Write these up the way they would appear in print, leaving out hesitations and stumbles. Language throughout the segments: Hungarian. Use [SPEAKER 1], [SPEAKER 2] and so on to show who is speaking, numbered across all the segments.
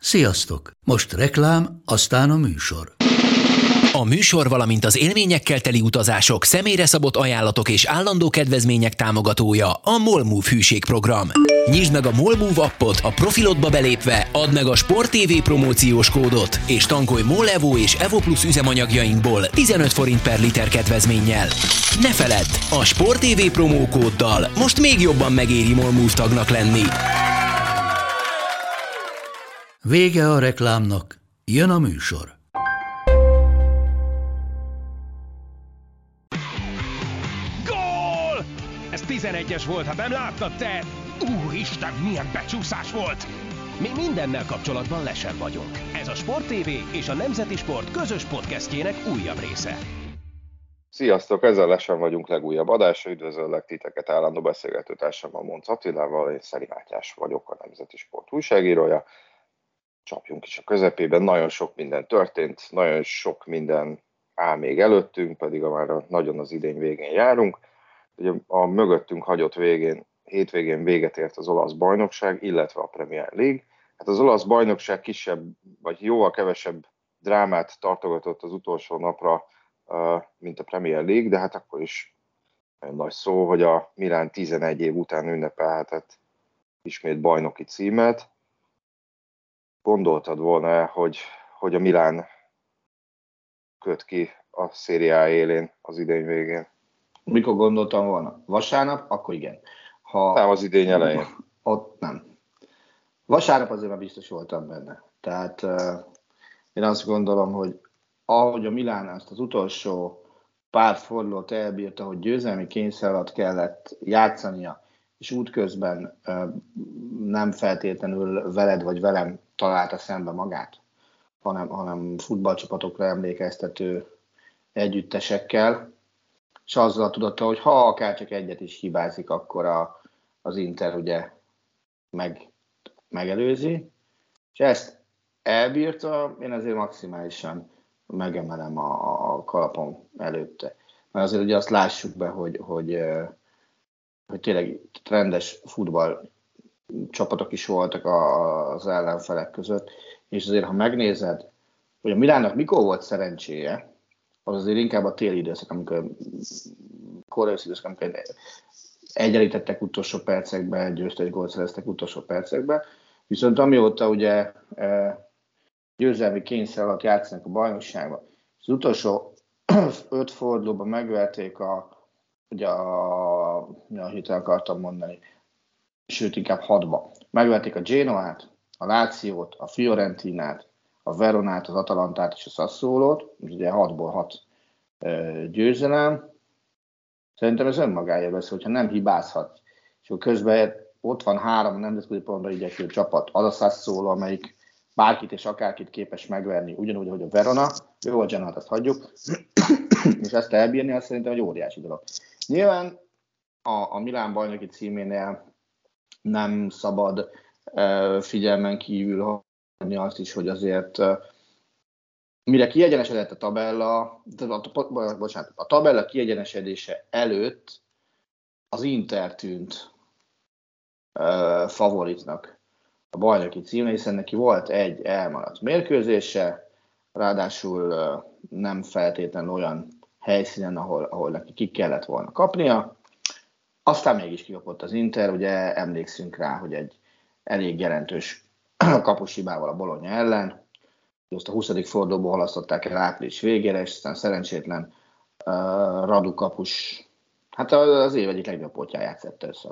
[SPEAKER 1] Sziasztok! Most reklám, aztán a műsor.
[SPEAKER 2] A műsor, valamint az élményekkel teli utazások, személyre szabott ajánlatok és állandó kedvezmények támogatója a MOL Move hűségprogram. Nyisd meg a MOL Move appot, a profilodba belépve, add meg a Sport TV promóciós kódot, és tankolj MOL Evo és Evo Plus üzemanyagjainkból 15 forint per liter kedvezménnyel. Ne feledd, a Sport TV promókóddal most még jobban megéri MOL Move tagnak lenni.
[SPEAKER 1] Vége a reklámnak, jön a műsor.
[SPEAKER 3] Gól! Ez 11-es volt, ha nem láttad te! Úristen, milyen becsúszás volt! Mi mindennel kapcsolatban lesen vagyunk. Ez a Sport TV és a Nemzeti Sport közös podcastjének újabb része.
[SPEAKER 4] Sziasztok, ezzel lesen vagyunk legújabb adása. Üdvözöllek titeket állandó beszélgetőtársammal, Monc Attilával, én Szeri Mátyás vagyok, a Nemzeti Sport újságírója. Csapjunk is a közepében, nagyon sok minden történt, nagyon sok minden áll még előttünk, pedig már nagyon az idény végén járunk. Ugye a mögöttünk hagyott hétvégén véget ért az olasz bajnokság, illetve a Premier League. Hát az olasz bajnokság kisebb, vagy jóval kevesebb drámát tartogatott az utolsó napra, mint a Premier League, de hát akkor is nagyon nagy szó, hogy a Milán 11 év után ünnepelhetett ismét bajnoki címet. Gondoltad volna, hogy a Milán köt ki a Serie A élén az idény végén?
[SPEAKER 5] Mikor gondoltam volna? Vasárnap? Akkor igen.
[SPEAKER 4] Nem, az idény elején.
[SPEAKER 5] Ott nem. Vasárnap azért már biztos voltam benne. Tehát én azt gondolom, hogy ahogy a Milán azt az utolsó pár fordulót elbírta, hogy győzelmi kényszer alatt kellett játszania, és útközben nem feltétlenül veled vagy velem találta szembe magát, hanem futballcsapatokra emlékeztető együttesekkel, és azzal tudatta, hogy ha akár csak egyet is hibázik, akkor az Inter ugye megelőzi, és ezt elbírta, én azért maximálisan megemelem a kalapom előtte. Mert azért ugye azt lássuk be, hogy tényleg rendes futball csapatok is voltak az ellenfelek között, és azért, ha megnézed, hogy a Milánnak mikor volt szerencséje, az azért inkább a téli időszak, amikor egyenlítettek utolsó percekben, győztes gólt szereztek utolsó percekben, viszont amióta ugye győzelmi kényszer alatt játszanak a bajnokságban, az utolsó 5 fordulóban megverték hirtelen akartam mondani, sőt inkább 6-ba. Megverték a Genoát, a Lációt, a Fiorentinát, a Veronát, az Atalantát és a Sassuolót, ugye 6-ból 6 győzelem. Szerintem ez önmagáért beszél, hogyha nem hibázhat, és közben ott van 3 nemzetközi porondra igyekvő csapat, az a Sassuolo, amelyik bárkit és akárkit képes megverni, ugyanúgy, ahogy a Verona, jó, a Genoát azt hagyjuk, és ezt elbírni, azt szerintem egy óriási dolog. Nyilván a Milán bajnoki címénél nem szabad figyelmen kívül hagyni azt is, hogy azért mire kiegyenesedett a tabella, a tabella kiegyenesedése előtt az Inter tűnt favoritnak a bajnoki címre, hiszen neki volt egy elmaradt mérkőzése, ráadásul nem feltétlenül olyan helyszínen, ahol neki ki kellett volna kapnia. Aztán mégis kikapott az Inter, ugye emlékszünk rá, hogy egy elég jelentős kapushibával a Bologna ellen. Azt a 20. fordulóból halasztották el április végére, és aztán szerencsétlen Radu kapus, hát az év egyik legjobb pontjáját szedte össze.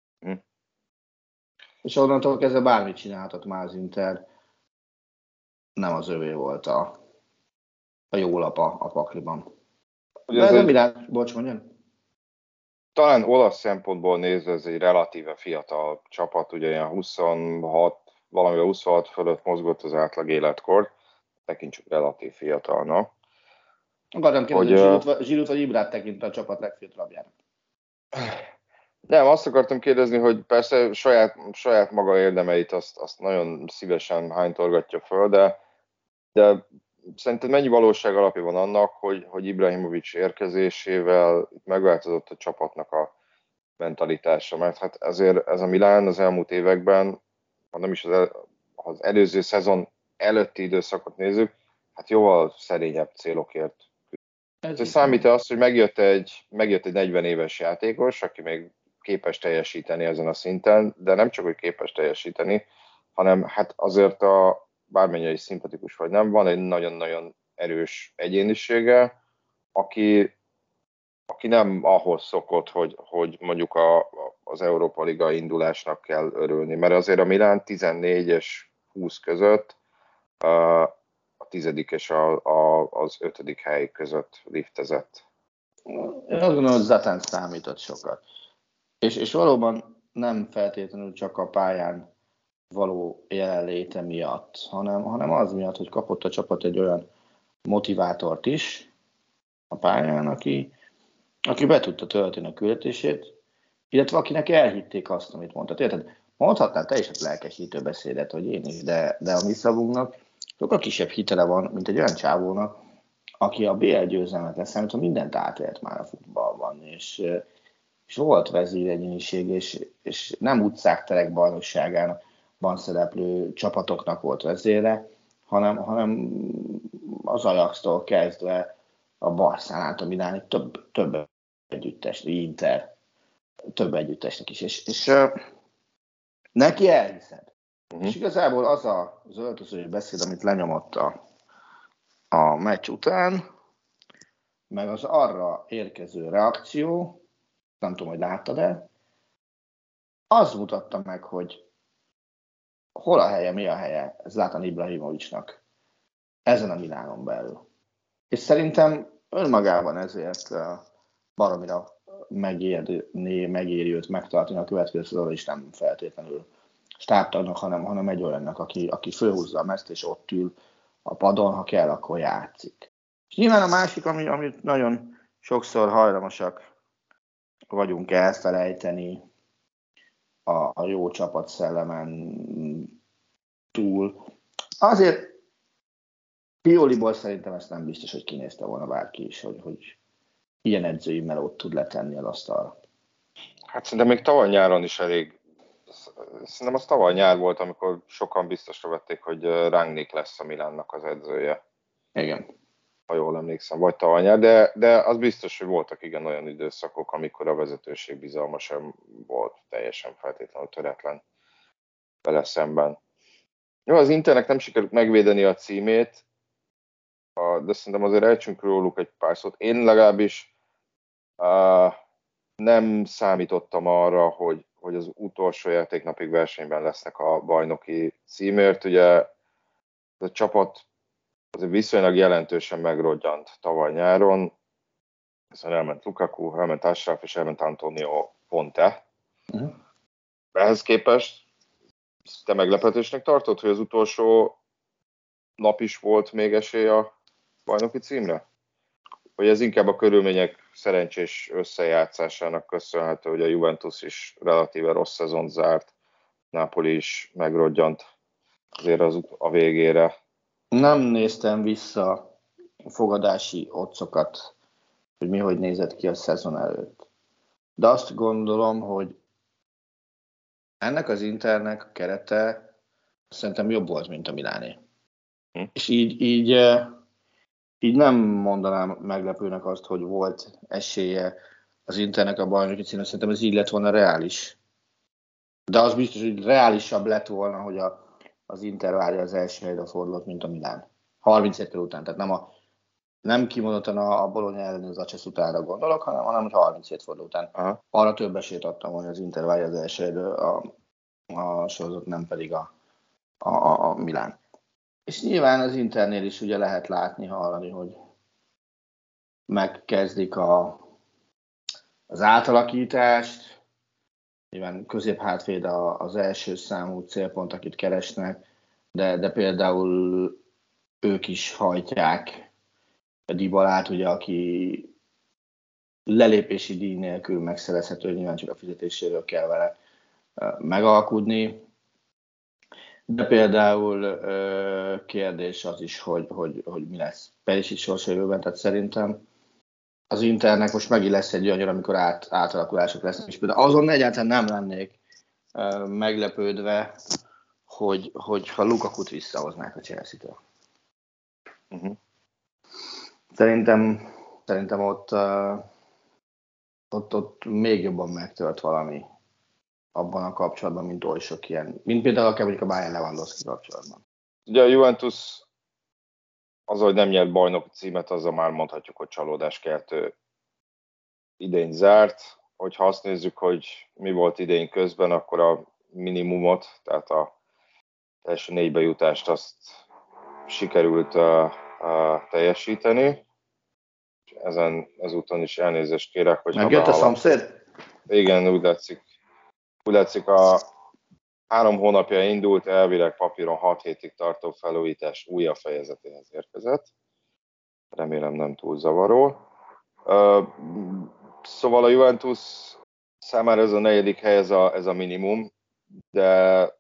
[SPEAKER 5] És onnantól kezdve bármit csinálhatott már az Inter, nem az övé volt a jó lap a pakliban. De ez Milán, bocs, mondjam.
[SPEAKER 4] Talán olasz szempontból nézve ez egy relatíve fiatal csapat, ugye ilyen 26, valamivel 26 fölött mozgott az átlag életkor, tekintsük relatív fiatalnak.
[SPEAKER 5] Akartam kérdezni, Zsirút vagy Ibrát tekint a csapat legfiatalabbjának.
[SPEAKER 4] Nem, azt akartam kérdezni, hogy persze saját maga érdemeit azt nagyon szívesen hánytorgatja föl, de szerinted mennyi valóság alapja van annak, hogy Ibrahimović érkezésével megváltozott a csapatnak a mentalitása? Mert hát ezért ez a Milán az elmúlt években, nem is az előző szezon előtti időszakot nézzük, hát jóval szerényebb célokért. Számít-e azt, hogy megjött egy 40 éves játékos, aki még képes teljesíteni ezen a szinten, de nem csak, hogy képes teljesíteni, hanem hát azért bármennyire is szimpatikus vagy nem, van egy nagyon-nagyon erős egyénisége, aki nem ahhoz szokott, hogy mondjuk az Európa Liga indulásnak kell örülni, mert azért a Milán 14 és 20 között a 10. és az 5. hely között liftezett.
[SPEAKER 5] Én azt gondolom, hogy Zlatan számított sokat. És valóban nem feltétlenül csak a pályán való jelenléte miatt, hanem az miatt, hogy kapott a csapat egy olyan motivátort is a pályán, aki be tudta tölteni a küldetését, illetve akinek elhitték azt, amit mondtad. Érted? Mondhatnál te is egy lelkesítő beszédet, hogy én is, de a mi szavunknak sokkal kisebb hitele van, mint egy olyan csávónak, aki a BL győzelmet leszámítva mindent átélt már a futballban, és volt vezéregyéniség, és nem utcák terek bajnokságában szereplő csapatoknak volt vezére, hanem az Ajax-tól kezdve a Barszánál, a Milánig több együttes, Inter, több együttesnek is, és neki elhiszed. És igazából az az öltözői beszéd, amit lenyomott a meccs után, meg az arra érkező reakció, nem tudom, hogy láttad-e, az mutatta meg, hogy hol a helye, mi a helye Zlatan Ibrahimovićnak ezen a Milánon belül. És szerintem önmagában ezért baromira megéri őt megtartani a következő szezonra is, nem feltétlenül stábtagnak, hanem egy olyannak, aki fölhúzza a mezt, és ott ül a padon, ha kell, akkor játszik. És nyilván a másik, amit nagyon sokszor hajlamosak vagyunk elfelejteni a jó csapatszellemen túl. Azért Pioliból szerintem ezt nem biztos, hogy kinézte volna bárki is, hogy ilyen edzői melót tud letenni az asztalra.
[SPEAKER 4] Hát szerintem még tavaly nyáron is szerintem az tavaly nyár volt, amikor sokan biztosra vették, hogy Rangnick lesz a Milánnak az edzője.
[SPEAKER 5] Igen.
[SPEAKER 4] Ha jól emlékszem, vagy tavaly nyár, de az biztos, hogy voltak igen olyan időszakok, amikor a vezetőség bizalma sem volt teljesen feltétlenül töretlen vele szemben. Jó, az Internek nem sikerült megvédeni a címét, de szerintem azért elcsünk róluk egy pár szót. Én legalábbis nem számítottam arra, hogy az utolsó játéknapig versenyben lesznek a bajnoki címért. Ugye a csapat azért viszonylag jelentősen megrodjant tavaly nyáron. Hiszen elment Lukaku, elment Ashraf és elment Antonio Conte. Ehhez képest te meglepetésnek tartod, hogy az utolsó nap is volt még esély a bajnoki címre? Vagy ez inkább a körülmények szerencsés összejátszásának köszönhető, hogy a Juventus is relatíve rossz szezont zárt, Napoli is megrodjant azért a végére. Nem
[SPEAKER 5] néztem vissza a fogadási oddszokat, hogy hogy nézett ki a szezon előtt. De azt gondolom, hogy ennek az Internek a kerete szerintem jobb volt, mint a Miláné. És így nem mondanám meglepőnek azt, hogy volt esélye az Internek a bajnoki címre. Szerintem ez így lett volna reális. De az biztos, hogy reálisabb lett volna, hogy az Inter várja az első helyre fordulót, mint a Milán. 37 után, tehát nem kimondottan a Bologna elleni az Acsesz utánra gondolok, hanem hogy 37 forduló után. Aha. Arra több esélyt adtam, hogy az Inter várja az első helyre a sorozat, nem pedig a Milán. És nyilván az Internél is ugye lehet látni, hallani, hogy megkezdik az átalakítást. Nyilván középhátvéd az első számú célpont, akit keresnek, de például ők is hajtják a Dybalát, ugye, aki lelépési díj nélkül megszerezhető, nyilván csak a fizetéséről kell vele megalkudni. De például kérdés az is, hogy mi lesz Perisic sorsa jövőben, tehát szerintem az Internek most megint lesz egy olyan, amikor átalakulások lesznek, és például azon egyáltalán nem lennék meglepődve, hogyha Lukakut visszahoznák a Chelsea-től.
[SPEAKER 4] Uh-huh.
[SPEAKER 5] Szerintem ott még jobban megtört valami abban a kapcsolatban, mint oly sok ilyen, mint például akár mondjuk a Bayern Lewandowski kapcsolatban.
[SPEAKER 4] Ugye a Juventus az, hogy nem nyert bajnoki címet, azzal már mondhatjuk, hogy csalódáskeltő idény zárt. Hogyha azt nézzük, hogy mi volt idén közben, akkor a minimumot, tehát a első 4 bejutást azt sikerült teljesíteni. Ezúton is elnézést kérek, hogy
[SPEAKER 5] megjött a szomszéd?
[SPEAKER 4] Igen, úgy látszik a 3 hónapja indult, elvileg papíron 6 hétig tartó felújítás újabb fejezetéhez érkezett. Remélem nem túl zavaró. Szóval a Juventus számára ez a 4. hely, ez a minimum, de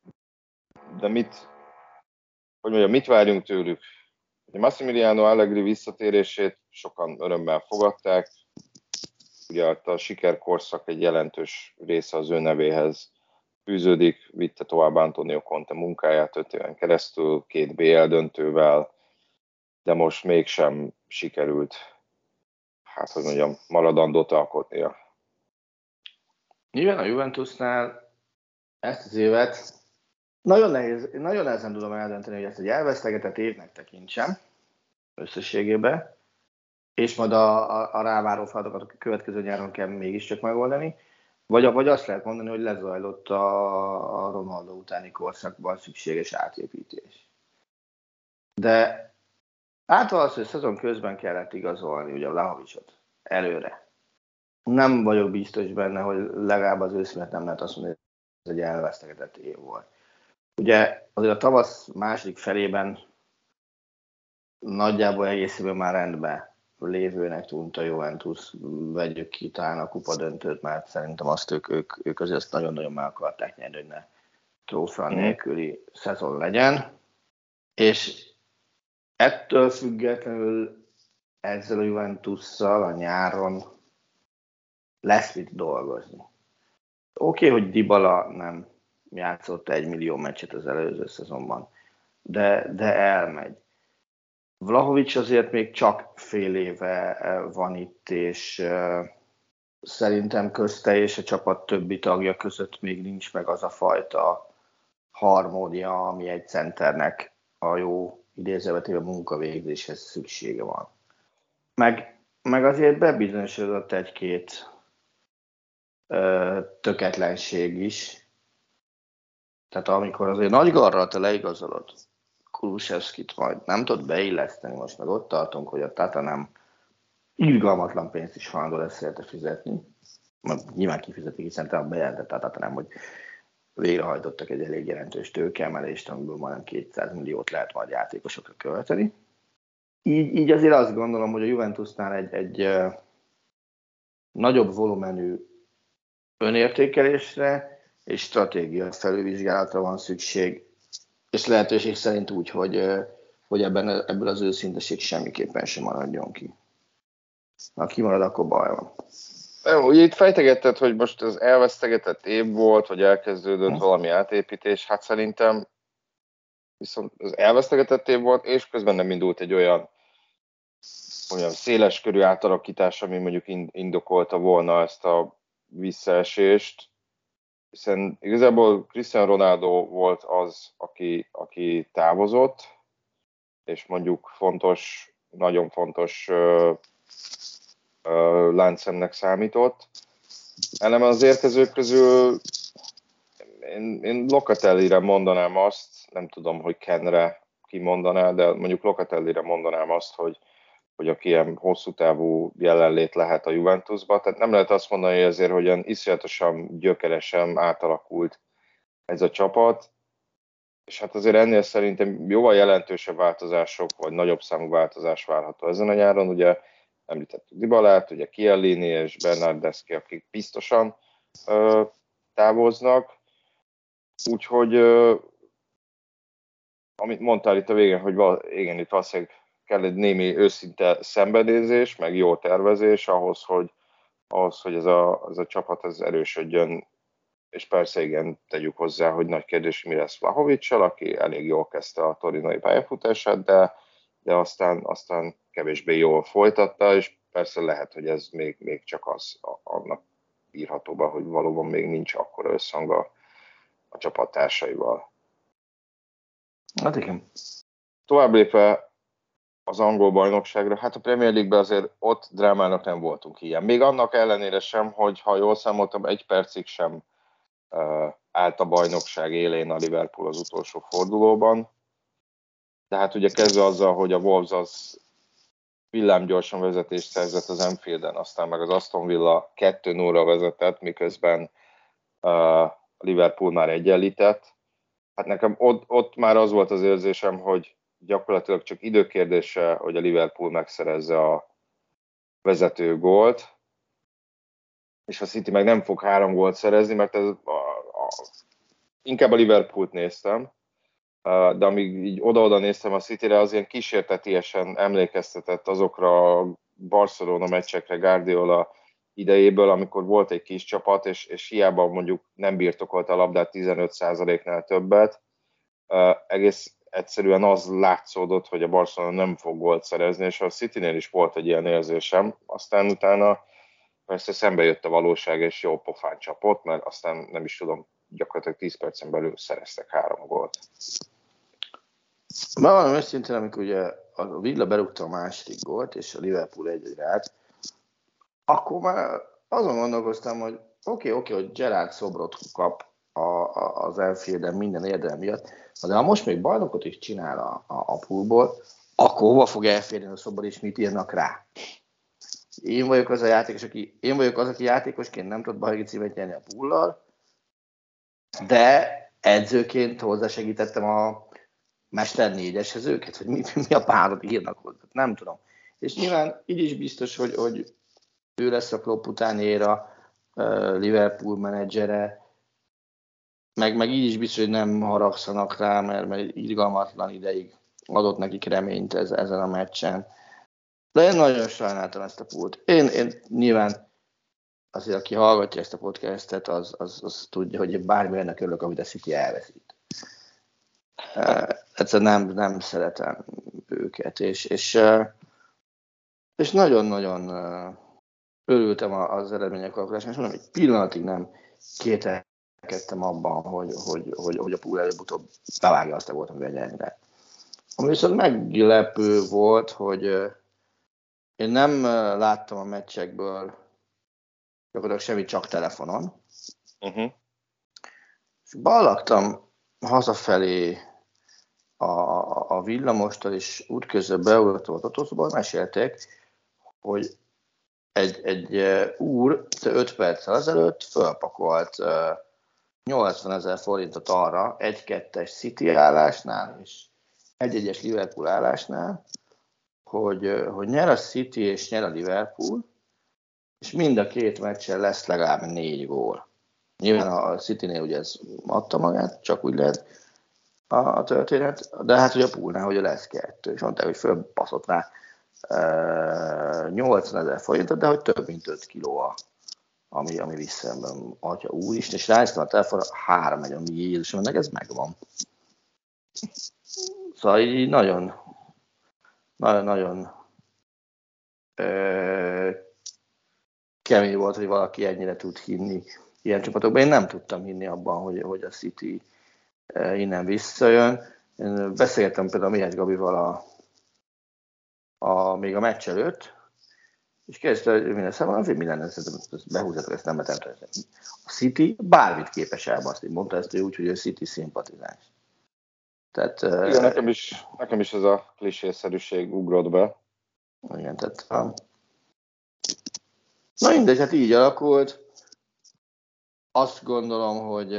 [SPEAKER 4] mit várjunk tőlük? Massimiliano Allegri visszatérését sokan örömmel fogadták. Ugye a sikerkorszak egy jelentős része az ő nevéhez fűződik, vitte tovább Antonio Conte munkáját 5 éven keresztül, 2 BL döntővel, de most mégsem sikerült, maradandót alkotnia.
[SPEAKER 5] Nyilván a Juventusnál ezt az évet nagyon nehezen tudom eldönteni, hogy ezt egy elvesztegetett évnek tekintsem összességében, és majd a ráváró feladatokat a következő nyáron kell mégiscsak megoldani, vagy azt lehet mondani, hogy lezajlott a Ronaldo utáni korszakban szükséges átépítés. De általában az, hogy szezon közben kellett igazolni ugye a Vlahovićot előre. Nem vagyok biztos benne, hogy legalább az őszület nem lehet azt mondani, hogy ez egy elvesztegetett év volt. Ugye azért a tavasz második felében nagyjából egészében már rendben lévőnek tűnt a Juventus, vegyük ki talán a kupadöntőt, mert szerintem azt ők azért nagyon-nagyon meg akarták nyerni, hogy ne trófea nélküli szezon legyen. És ettől függetlenül ezzel a Juventusszal a nyáron lesz mit dolgozni. Oké, hogy Dybala nem játszott 1 millió meccset az előző szezonban, de elmegy. Vlahović azért még csak fél éve van itt, és szerintem közte és a csapat többi tagja között még nincs meg az a fajta harmónia, ami egy centernek a jó idézővetében munkavégzéshez szüksége van. Meg azért bebizonyosodott egy-két töketlenség is. Tehát amikor azért nagy garral te leigazolod Kulusevskit, majd nem tudod beilleszteni, most meg ott tartunk, hogy a Tata nem irgalmatlan pénzt is hajlandó lesz érte fizetni. Nyilván kifizetik, hiszen te bejelentett a Tata nem, hogy végrehajtottak egy elég jelentős tőkeemelést, amiből majdnem 200 milliót lehet majd játékosokra költeni. Így azért azt gondolom, hogy a Juventusnál egy nagyobb volumenű önértékelésre és stratégia felülvizsgálatra van szükség, és lehetőség szerint úgy, hogy ebből az őszinteség semmiképpen sem maradjon ki. Ha kimarad, akkor baj van.
[SPEAKER 4] Ugye itt fejtegetted, hogy most az elvesztegetett év volt, vagy elkezdődött valami átépítés, hát szerintem viszont az elvesztegetett év volt, és közben nem indult egy olyan széles körű átalakítás, ami mondjuk indokolta volna ezt a visszaesést, hiszen igazából Cristiano Ronaldo volt az, aki távozott, és mondjuk nagyon fontos láncszemnek számított. Ellenben az érkezők közül én Locatellire mondanám azt, nem tudom, hogy Kenre kimondaná, de mondjuk Locatellire mondanám azt, hogy aki ilyen hosszú távú jelenlét lehet a Juventusban. Tehát nem lehet azt mondani, hogy ezért, hogy olyan iszonyatosan gyökeresen átalakult ez a csapat, és hát azért ennél szerintem jóval jelentősebb változások, vagy nagyobb számú változás várható ezen a nyáron. Ugye említettük Dybalát, ugye Chiellini és Bernardeschi, akik biztosan távoznak. Úgyhogy amit mondtál itt a végén, hogy igen, itt valószínűleg kell egy némi őszinte szenvedélyzés, meg jó tervezés ahhoz, hogy ez a csapat erősödjön és persze igen, tegyük hozzá, hogy nagy kérdés, mi lesz Vlahovic-sal, aki elég jól kezdte a torinoi pályafutását, de aztán kevésbé jól folytatta, és persze lehet, hogy ez még csak annak írható be, hogy valóban még nincs akkora összhang a csapattársaival.
[SPEAKER 5] Hát igen.
[SPEAKER 4] Tovább lépve az angol bajnokságra, hát a Premier League-ben azért ott drámának nem voltunk ilyen. Még annak ellenére sem, hogy ha jól számoltam, 1 percig sem állt a bajnokság élén a Liverpool az utolsó fordulóban. De hát ugye kezdve azzal, hogy a Wolves az villámgyorsan vezetést szerzett az Anfielden, aztán meg az Aston Villa 2-0-ra vezetett, miközben a Liverpool már egyenlített. Hát nekem ott már az volt az érzésem, hogy gyakorlatilag csak időkérdése, hogy a Liverpool megszerezze a vezető gólt, és a City meg nem fog 3 gólt szerezni, mert inkább a Liverpoolt néztem, de amíg így oda-oda néztem a Cityre, az ilyen kísértetiesen emlékeztetett azokra a Barcelona meccsekre Guardiola idejéből, amikor volt egy kis csapat, és hiába mondjuk nem birtokolta a labdát 15%-nál többet, egész egyszerűen az látszódott, hogy a Barcelona nem fog gólt szerezni, és a Citynél is volt egy ilyen érzésem. Aztán utána persze szembe jött a valóság, és jó pofán csapott, mert aztán nem is tudom, gyakorlatilag 10 percen belül szereztek 3 gólt.
[SPEAKER 5] Valami őszintén, amikor ugye a Villa berúgta a második gólt, és a Liverpool 1-1-re állt, akkor már azon gondolkoztam, hogy oké, hogy Gerrard szobrot kap az Anfielden minden érdem miatt, de ha most még bajnokot is csinál a poolból, akkor hova fog elférni a szobor, és mit írnak rá? Én vagyok az, aki játékosként nem tud bajnoki címet nyerni a poollal, de edzőként hozzásegítettem a Mester 4-eshez őket, hogy mi a párat írnak hozzá. Nem tudom. És nyilván így is biztos, hogy ő lesz a Klopp utánéra Liverpool menedzsere, meg így is biztos, hogy nem haragszanak rá, mert irgalmatlan ideig adott nekik reményt ezen a meccsen. De én nagyon sajnáltam ezt a pult. Én nyilván azért, aki hallgatja ezt a podcastet, az tudja, hogy én bármilyennek örülök, amit a City elveszít. Egyszerűen nem szeretem őket, és nagyon-nagyon örültem az eredmények alakulásán, és mondom, egy pillanatig nem kételkedtem abban, hogy a pool előbb-utóbb bevágja azt a gólt, amivel nyerni lehet. Ami viszont meglepő volt, hogy én nem láttam a meccsekből gyakorlatilag semmit, csak telefonon.
[SPEAKER 4] Uh-huh.
[SPEAKER 5] És ballagtam hazafelé a villamostól, és útközben beugrottam a Totoszból, mesélték, hogy egy úr 5 perccel ezelőtt fölpakolt 80 000 forintot arra 1-2-es City állásnál, és 1-1-es Liverpool állásnál, hogy nyer a City és nyer a Liverpool, és mind a 2 meccsen lesz legalább 4 gól. Nyilván a Citynél ugye ez adta magát, csak úgy lehet a történet, de hát ugye a poolnál, hogy lesz 2, és mondták, hogy fölbaszott rá 80 000 forintot, de hogy több mint 5 kiló ami visszaemben, atya úristen, és ránéztem a telefonra, 3 megy, ami Jézusom, ennek ez megvan. Szóval így nagyon kemény volt, hogy valaki ennyire tud hinni ilyen csapatokban. Én nem tudtam hinni abban, hogy a City innen visszajön. Én beszéltem például Mihály Gabival még a meccs előtt, és kérdezte, hogy minden számomra, hogy mi lenne, ezt behúzzátok, ezt nem betemtem. A City bármit képes elbaszni. Mondta ezt ő úgy, hogy ő City szimpatizáns. Tehát,
[SPEAKER 4] igen, nekem is ez a klissészerűség ugrott be.
[SPEAKER 5] Igen, tehát... Na mindegy, hát így alakult. Azt gondolom, hogy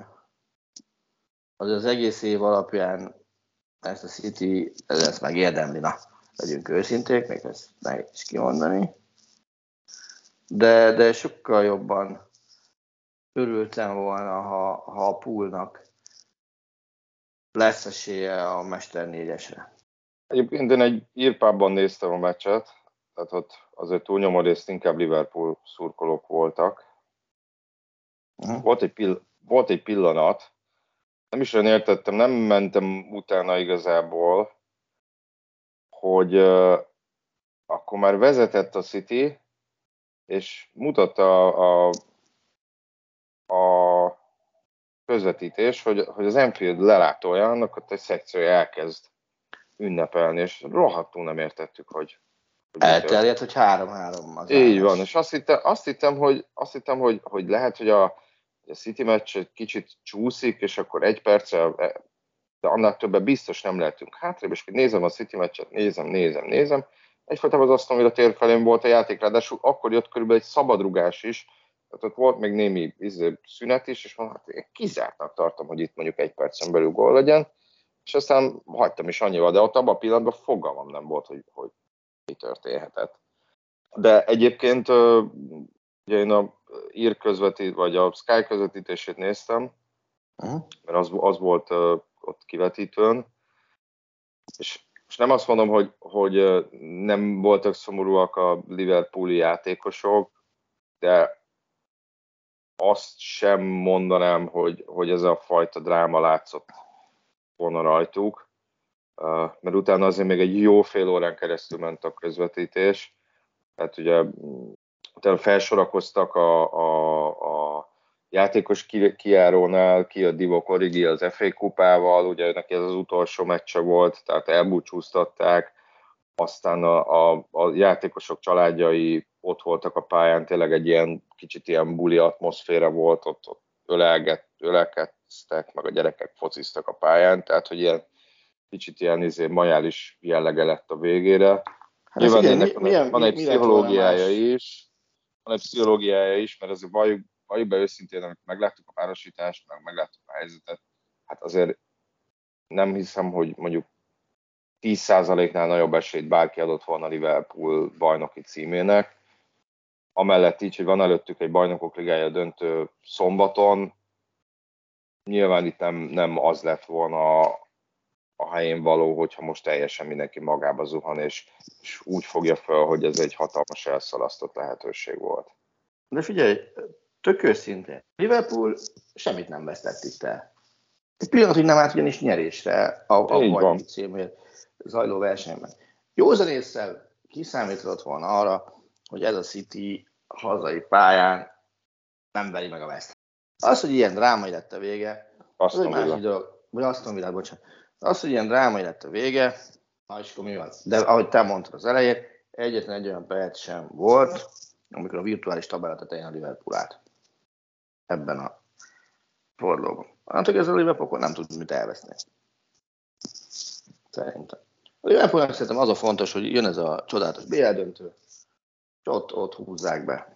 [SPEAKER 5] az egész év alapján ezt a City ezt megérdemli, na, legyünk őszinték, még ezt nehéz is kimondani. De sokkal jobban örültem volna, ha a poolnak lesz esélye a Mester 4-esre.
[SPEAKER 4] Egyébként én egy írpában néztem a meccset, tehát ott azért túlnyomó részt inkább Liverpool szurkolók voltak. Volt egy pillanat, nem is olyan értettem, nem mentem utána igazából, hogy akkor már vezetett a City, és mutatta a közvetítés, hogy az Anfield lelátóján, akkor egy szekciója elkezd ünnepelni, és rohadtul nem értettük, hogy
[SPEAKER 5] elterjedt, hogy 3-3 az
[SPEAKER 4] így
[SPEAKER 5] állás.
[SPEAKER 4] van, és azt hittem, hogy lehet, hogy a City meccs egy kicsit csúszik, és akkor egy perccel, de annál többet biztos nem lehetünk hátrébb, és nézem a City meccset, nézem. Egyfajtában az Aston Villa tér felén volt a játék, ráadásul akkor jött körülbelül egy szabadrugás is, tehát ott volt még némi szünet is, és mondom, hát én kizártnak tartom, hogy itt mondjuk egy percen belül gól legyen, és aztán hagytam is annyival, de ott abban a pillanatban fogalmam nem volt, hogy mi történhetett. De egyébként ugye én a ír vagy a Sky közvetítését néztem, mert az volt ott kivetítőn, és nem azt mondom, hogy nem voltak szomorúak a Liverpooli játékosok, de azt sem mondanám, hogy ez a fajta dráma látszott volna rajtuk, mert utána azért még egy jó fél órán keresztül ment a közvetítés, tehát ugye utána felsorakoztak a játékos kijárónál, ki a Divock Origi az FA kupával, ugye neki ez az utolsó meccse volt, tehát elbúcsúztatták, aztán a játékosok családjai ott voltak a pályán, tényleg egy ilyen kicsit ilyen buli atmoszféra volt, ott ölelkeztek, meg a gyerekek fociztak a pályán, tehát hogy ilyen kicsit ilyen majális jellege lett a végére.
[SPEAKER 5] Hát
[SPEAKER 4] nyilván ennek van egy pszichológiája is, mert azért valljuk be őszintén, amikor megláttuk a párosítást, megláttuk a helyzetet, hát azért nem hiszem, hogy mondjuk 10%-nál nagyobb esélyt bárki adott volna Liverpool bajnoki címének. Amellett így, hogy van előttük egy bajnokok ligája döntő szombaton, nyilván itt nem az lett volna a helyén való, hogyha most teljesen mindenki magába zuhan, és úgy fogja fel, hogy ez egy hatalmas elszalasztott lehetőség volt.
[SPEAKER 5] De figyelj, tök őszintén, Liverpool semmit nem vesztett itt el. Egy pillanatig nem állt ugyanis nyerésre a bajnoki címért zajló versenyben. Józan ésszel kiszámított volna arra, hogy ez a City hazai pályán nem veri meg a West Ham. Az, hogy ilyen drámai lett a vége, az egy másik dolog. Vagy Aston Villa, bocsánat. Az, hogy ilyen drámai lett a vége, és akkor mi van? De ahogy te mondtad az elején, egyetlen egy olyan perc sem volt, amikor a virtuális tabella tetején a Liverpool állt. Ebben a fordulóban. Annak ez a Liverpool nem tud mit elveszni. Szerintem. A Liverpoolnak szerintem az a fontos, hogy jön ez a csodálatos BL döntő, és ott húzzák be.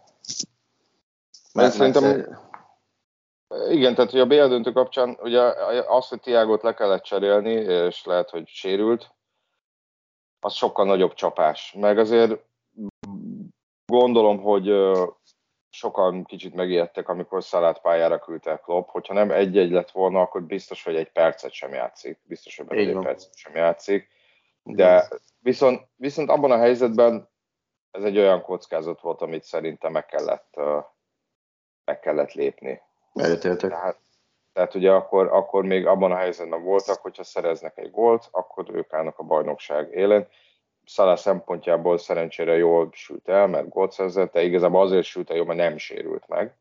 [SPEAKER 4] Mert szerintem... Igen, tehát hogy a BL döntő kapcsán ugye az, hogy Thiagot le kellett cserélni, és lehet, hogy sérült, az sokkal nagyobb csapás. Meg azért gondolom, hogy sokan kicsit megijedtek, amikor Salát pályára küldte Klopp. Hogyha nem 1-1 lett volna, akkor biztos, hogy egy percet sem játszik. Biztos, hogy egy percet sem játszik. De viszont abban a helyzetben ez egy olyan kockázat volt, amit szerintem meg kellett lépni. Tehát ugye akkor még abban a helyzetben voltak, hogyha szereznek egy gólt, akkor ők állnak a bajnokság élén. Salah szempontjából szerencsére jól sült el, mert gólt szerzett, de igazából azért sült el jól, mert nem sérült meg.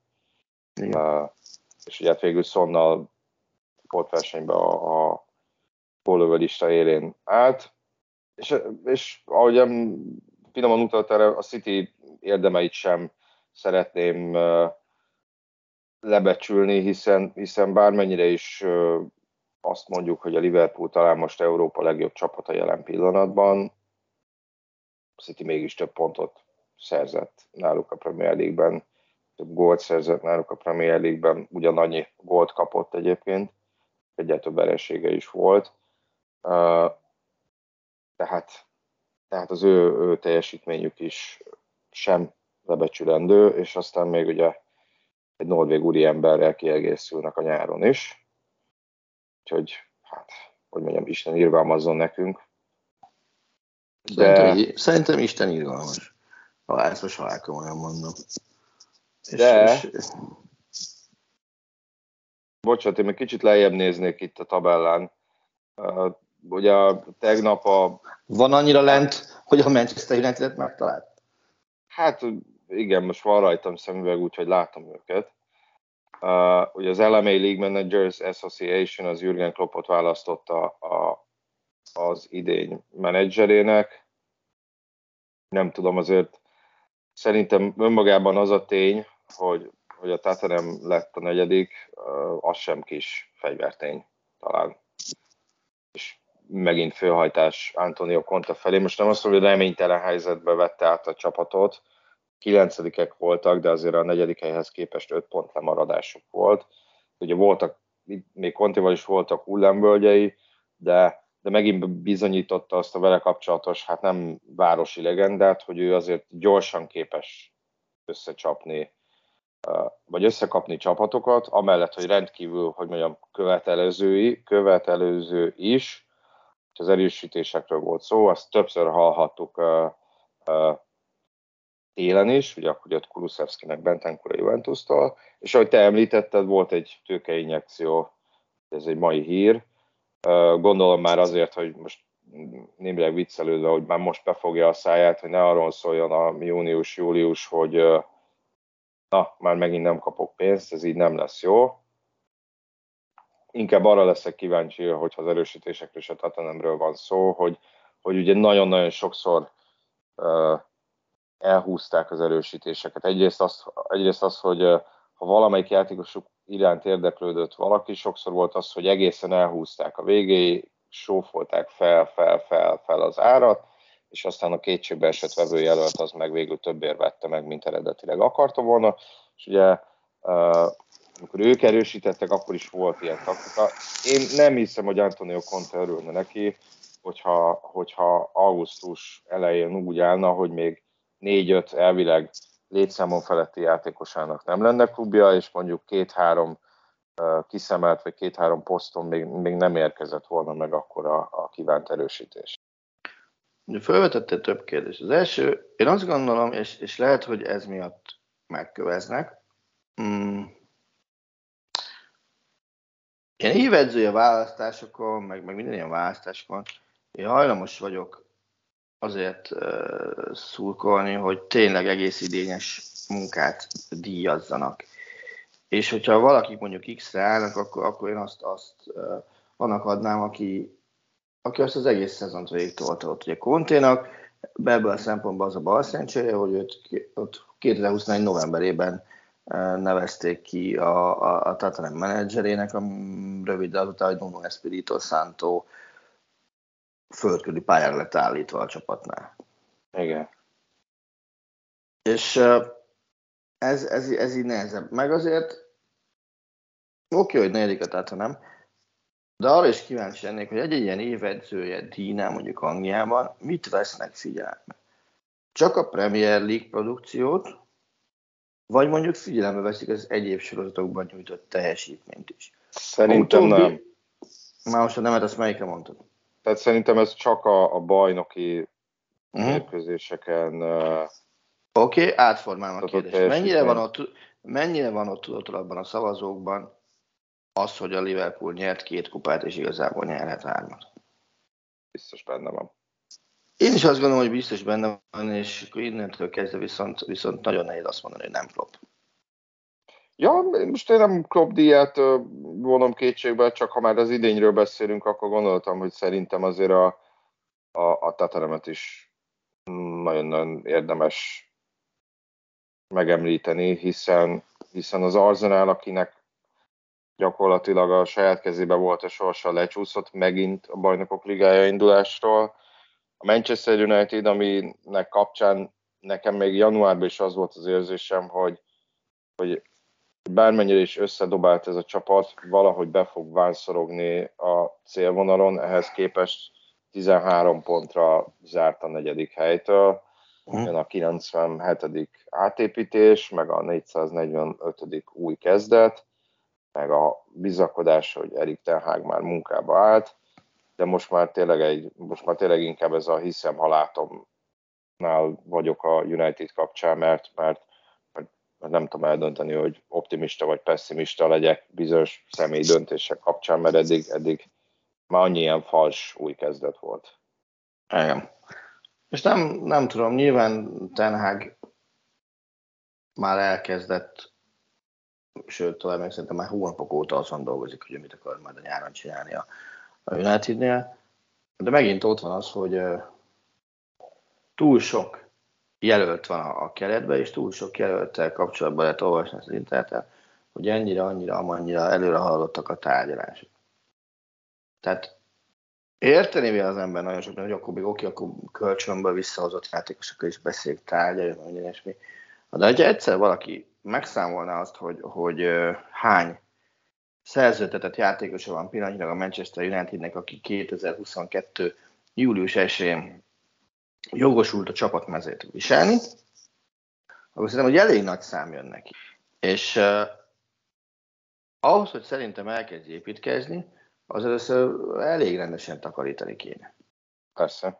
[SPEAKER 4] És ugye hát végül Sonnal sportversenyben a gólövő lista élén állt. És ahogy finoman utalt erre, a City érdemeit sem szeretném lebecsülni, hiszen bármennyire is azt mondjuk, hogy a Liverpool talán most Európa legjobb csapata jelen pillanatban, a City mégis több pontot szerzett náluk a Premier League-ben, több gólt szerzett náluk a Premier League-ben, ugyanannyi gólt kapott egyébként, egyáltalán több veresége is volt. Tehát az ő teljesítményük is sem lebecsülendő, és aztán még ugye egy norvég úriemberrel kiegészülnek a nyáron is. Úgyhogy, hogy mondjam, Isten irgalmazzon nekünk.
[SPEAKER 5] Szerintem Isten irgalmas. Ha ezt most halálkomolyan mondom.
[SPEAKER 4] Bocsánat, én még kicsit lejjebb néznék itt a tabellán. Ugye tegnap
[SPEAKER 5] Van annyira lent, hogy a Manchester United-et megtalált?
[SPEAKER 4] Hát igen, most van rajtam szemüveg, úgyhogy látom őket. Ugye az LMA League Managers Association az Jürgen Kloppot választotta az idény menedzserének. Nem tudom, azért szerintem önmagában az a tény, hogy a Tottenham lett a negyedik, az sem kis fegyvertény talán. És megint fölhajtás Antonio Conte felé. Most nem azt mondom, hogy reménytelen helyzetbe vette át a csapatot. 9-ek voltak, de azért a negyedik helyhez képest 5 pont lemaradásuk volt. Ugye voltak, még Contéval is voltak hullámvölgyei, de megint bizonyította azt a vele kapcsolatos, hát nem városi legendát, hogy ő azért gyorsan képes összecsapni, vagy összekapni csapatokat, amellett, hogy rendkívül, hogy mondjam, követelőző is, az erősítésekről volt szó, azt többször hallhattuk télen is, ugye akkor jött Kulusevskinek Bentancur a Juventus-tól, és ahogy te említetted, volt egy tőkeinjekció, ez egy mai hír, gondolom már azért, hogy most némileg viccelődve, hogy már most befogja a száját, hogy ne arról szóljon a június-július, hogy na, már megint nem kapok pénzt, ez így nem lesz jó. Inkább arra leszek kíváncsi, hogyha az erősítésekről és a Tottenhamről van szó, hogy ugye nagyon-nagyon sokszor elhúzták az erősítéseket. Egyrészt az, hogy ha valamelyik játékosuk iránt érdeklődött valaki, sokszor volt az, hogy egészen elhúzták a végéig, sófolták fel az árat, és aztán a kétségbe esett vevőjelölt az meg végül többért vette meg, mint eredetileg akarta volna. És ugye amikor ők erősítettek, akkor is volt ilyen taktika. Én nem hiszem, hogy Antonio Conte örülne neki, hogyha augusztus elején úgy állna, hogy még 4-5 elvileg létszámon feletti játékosának nem lenne klubja, és mondjuk 2-3 kiszemelt, vagy 2-3 poszton még nem érkezett volna meg akkor a kívánt erősítés.
[SPEAKER 5] Felvetettél több kérdést. Az első, én azt gondolom, és lehet, hogy ez miatt megköveznek. Ilyen évedzője választásokon, meg minden ilyen választásokon, én hajlamos vagyok azért szurkolni, hogy tényleg egész idényes munkát díjazzanak. És hogyha valakik mondjuk X-re állnak, akkor én azt annak adnám, aki azt az egész szezont végig tolta ott. Ugye Conténak ebből a szempontból az a bal szerencséje, hogy őt 2021 novemberében nevezték ki a Tottenham menedzserének, rövid azután, hogy Nuno Espirito Santo földkörüli pályára lett állítva a csapatnál.
[SPEAKER 4] Igen.
[SPEAKER 5] És ez így nehezebb. Meg azért oké, hogy negyedik a Tottenham, de arra is kíváncsi lennék, hogy egy ilyen évedzője díjnál mondjuk Angliában mit vesznek figyelembe? Csak a Premier League produkciót, vagy mondjuk figyelembe veszik az egyéb sorozatokban nyújtott teljesítményt is?
[SPEAKER 4] Szerintem nem.
[SPEAKER 5] Már most a nemet, azt melyikre mondtad?
[SPEAKER 4] Tehát szerintem ez csak a bajnoki mérkőzéseken...
[SPEAKER 5] Oké, átformálom a kérdést. Mennyire van ott tudod abban a szavazókban az, hogy a Liverpool nyert 2 kupát, és igazából nyerhet 3-at?
[SPEAKER 4] Biztos benne van.
[SPEAKER 5] Én is azt gondolom, hogy biztos benne van, és akkor innentől kezdve viszont nagyon nehéz azt mondani, hogy nem Klopp.
[SPEAKER 4] Ja, most én nem Klopp díját vonom kétségbe, csak ha már az idényről beszélünk, akkor gondoltam, hogy szerintem azért a Tottenhamet is nagyon-nagyon érdemes megemlíteni, hiszen az Arsenal, akinek gyakorlatilag a saját kezébe volt a sorsa, lecsúszott megint a Bajnokok Ligája indulásról. A Manchester United, aminek kapcsán nekem még januárban is az volt az érzésem, hogy bármennyire is összedobált ez a csapat, valahogy be fog vánszorogni a célvonalon, ehhez képest 13 pontra zárt a 4. helytől. Jön a 97. átépítés, meg a 445. új kezdet, meg a bizakodás, hogy Erik ten Hag már munkába állt, de most már tényleg inkább ez a hiszem, ha látomnál vagyok a United kapcsán, mert nem tudom eldönteni, hogy optimista vagy pessimista legyek bizonyos személyi döntések kapcsán, mert eddig már annyi ilyen fals új kezdet volt.
[SPEAKER 5] Igen. És nem tudom, nyilván Ten Hag már elkezdett, sőt, tovább még szerintem már hónapok óta azon dolgozik, hogy mit akar majd a nyáron csinálni a Unitednél. De megint ott van az, hogy túl sok jelölt van a keretben, és túl sok jelölttel kapcsolatban lehet olvasni az interneten, hogy annyira előre haladottak a tárgyalások. Tehát érteni vél az ember nagyon sok, hogy akkor még akkor kölcsönből visszahozott játékosokkal is beszéljük, tárgyaljuk, minden ilyesmi. De ha egyszer valaki megszámolná azt, hogy hány szerződtetett játékosa van pillanatnyilag a Manchester Unitednek, aki 2022. július 1-én jogosult a csapatmezét viselni, akkor szerintem, hogy elég nagy szám jön neki. És ahhoz, hogy szerintem elkezd építkezni, az először elég rendesen takarítani kéne.
[SPEAKER 4] Persze.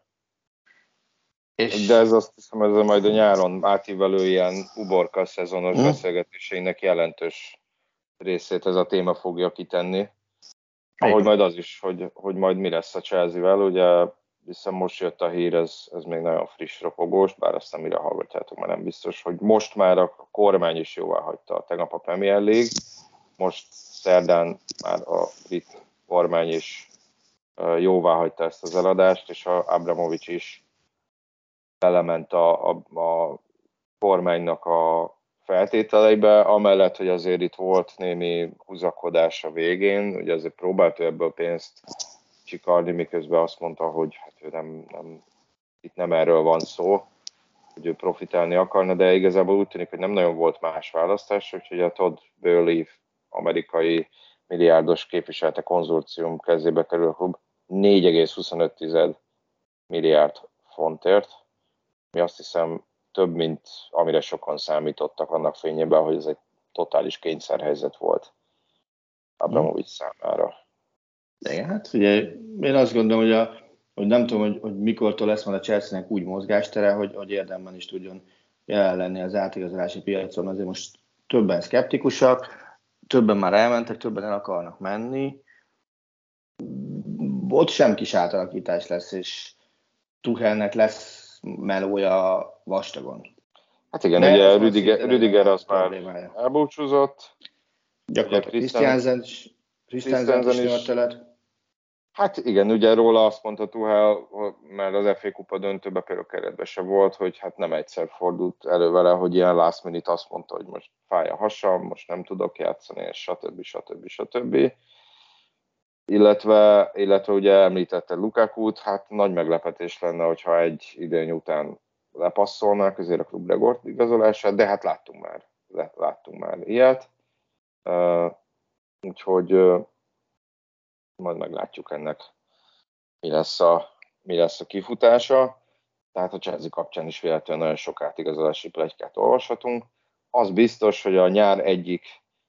[SPEAKER 4] De ez azt hiszem, ez majd a nyáron átívelő ilyen uborka szezonos beszélgetéseinek jelentős részét ez a téma fogja kitenni. Ahogy majd az is, hogy majd mi lesz a Chelsea-vel, ugye hiszen most jött a hír, ez még nagyon friss ropogós, bár aztán mire hallgatjátok, már nem biztos, hogy most már a kormány is jóvá hagyta tegnap a Premier League, most szerdán már a brit kormány is jóvá hagyta ezt az eladást, és a Abramovich is belement a kormánynak a feltételeibe, amellett, hogy azért itt volt némi húzakodás a végén, ugye azért próbált ő ebből pénzt csikarni, miközben azt mondta, hogy hát ő itt nem erről van szó, hogy ő profitálni akarna, de igazából úgy tűnik, hogy nem nagyon volt más választás, úgyhogy a Todd Boehly amerikai milliárdos képviselte konzorcium kezébe kerül a klub 4,25 milliárd fontért, mi azt hiszem több, mint amire sokan számítottak annak fényében, hogy ez egy totális kényszerhelyzet volt Abramovich számára.
[SPEAKER 5] Igen, hát figyelj, én azt gondolom, hogy nem tudom, hogy mikortól lesz majd a Chelsea-nek úgy mozgástere, hogy érdemben is tudjon jelen lenni az átigazolási piacon. Azért most többen szkeptikusak, többen már elmentek, többen el akarnak menni. Ott sem kis átalakítás lesz, és Tuchelnek lesz melója vastagon.
[SPEAKER 4] Hát igen, ugye Rüdiger az már elbúcsúzott.
[SPEAKER 5] Gyakorlatilag Christensen is nyoltelet.
[SPEAKER 4] Hát igen, ugye róla azt mondta Tuchel, mert az FA Kupa döntőbe például keretben se volt, hogy hát nem egyszer fordult elő vele, hogy ilyen last minute azt mondta, hogy most fáj a hasam, most nem tudok játszani, és stb. Illetve ugye említette Lukakut, hát nagy meglepetés lenne, hogyha egy idény után lepasszolnák azért a klub rekord igazolását, de hát láttunk már ilyet. Úgyhogy majd meglátjuk ennek, mi lesz a kifutása. Tehát a Chelsea kapcsán is véletlenül nagyon sok átigazolási pletykát olvashatunk. Az biztos, hogy a nyár egyik,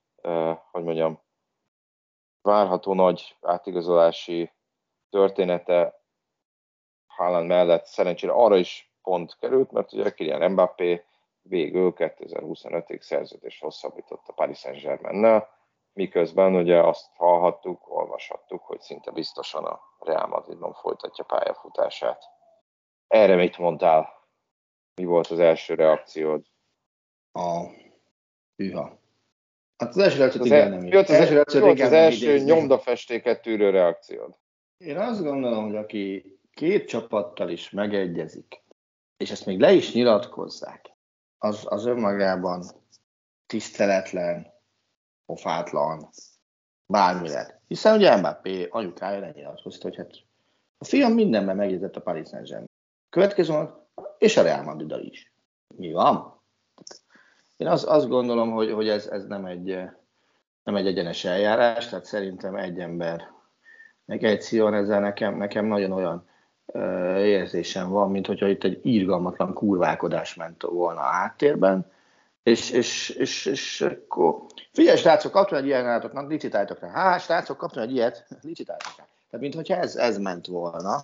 [SPEAKER 4] várható nagy átigazolási története Haaland mellett szerencsére arra is pont került, mert ugye Kylian Mbappé végül 2025-ig szerződést hosszabbított a Paris Saint-Germainnel, miközben ugye azt olvashattuk, hogy szinte biztosan a Real Madridban folytatja pályafutását. Erre mit mondtál? Mi volt az első reakciód?
[SPEAKER 5] Hűha. Hát az első reakciót igen nem írt.
[SPEAKER 4] Az első nyomdafestéket tűrő reakciód?
[SPEAKER 5] Én azt gondolom, hogy aki két csapattal is megegyezik, és ezt még le is nyilatkozzák, az önmagában tiszteletlen, pofátlan, bármi lett. Hiszen ugye Mbappé anyukája lenyilatkozta, hogy hát a fiam mindenben megjegyzett a Paris Saint-Germain. Következő és a Real Madriddal is. Mi van? Én azt gondolom, hogy ez nem egy egyenes eljárás, tehát szerintem egy embernek egy szíjon ezzel nekem nagyon olyan érzésem van, mint hogyha itt egy irgalmatlan kurválkodás ment volna a háttérben, és akkor figyelj, srácok, kaptam egy ilyen állatokat, licitáltok rá. Srácok, kaptam egy ilyet, licitáltok rá. Tehát mintha ez ment volna.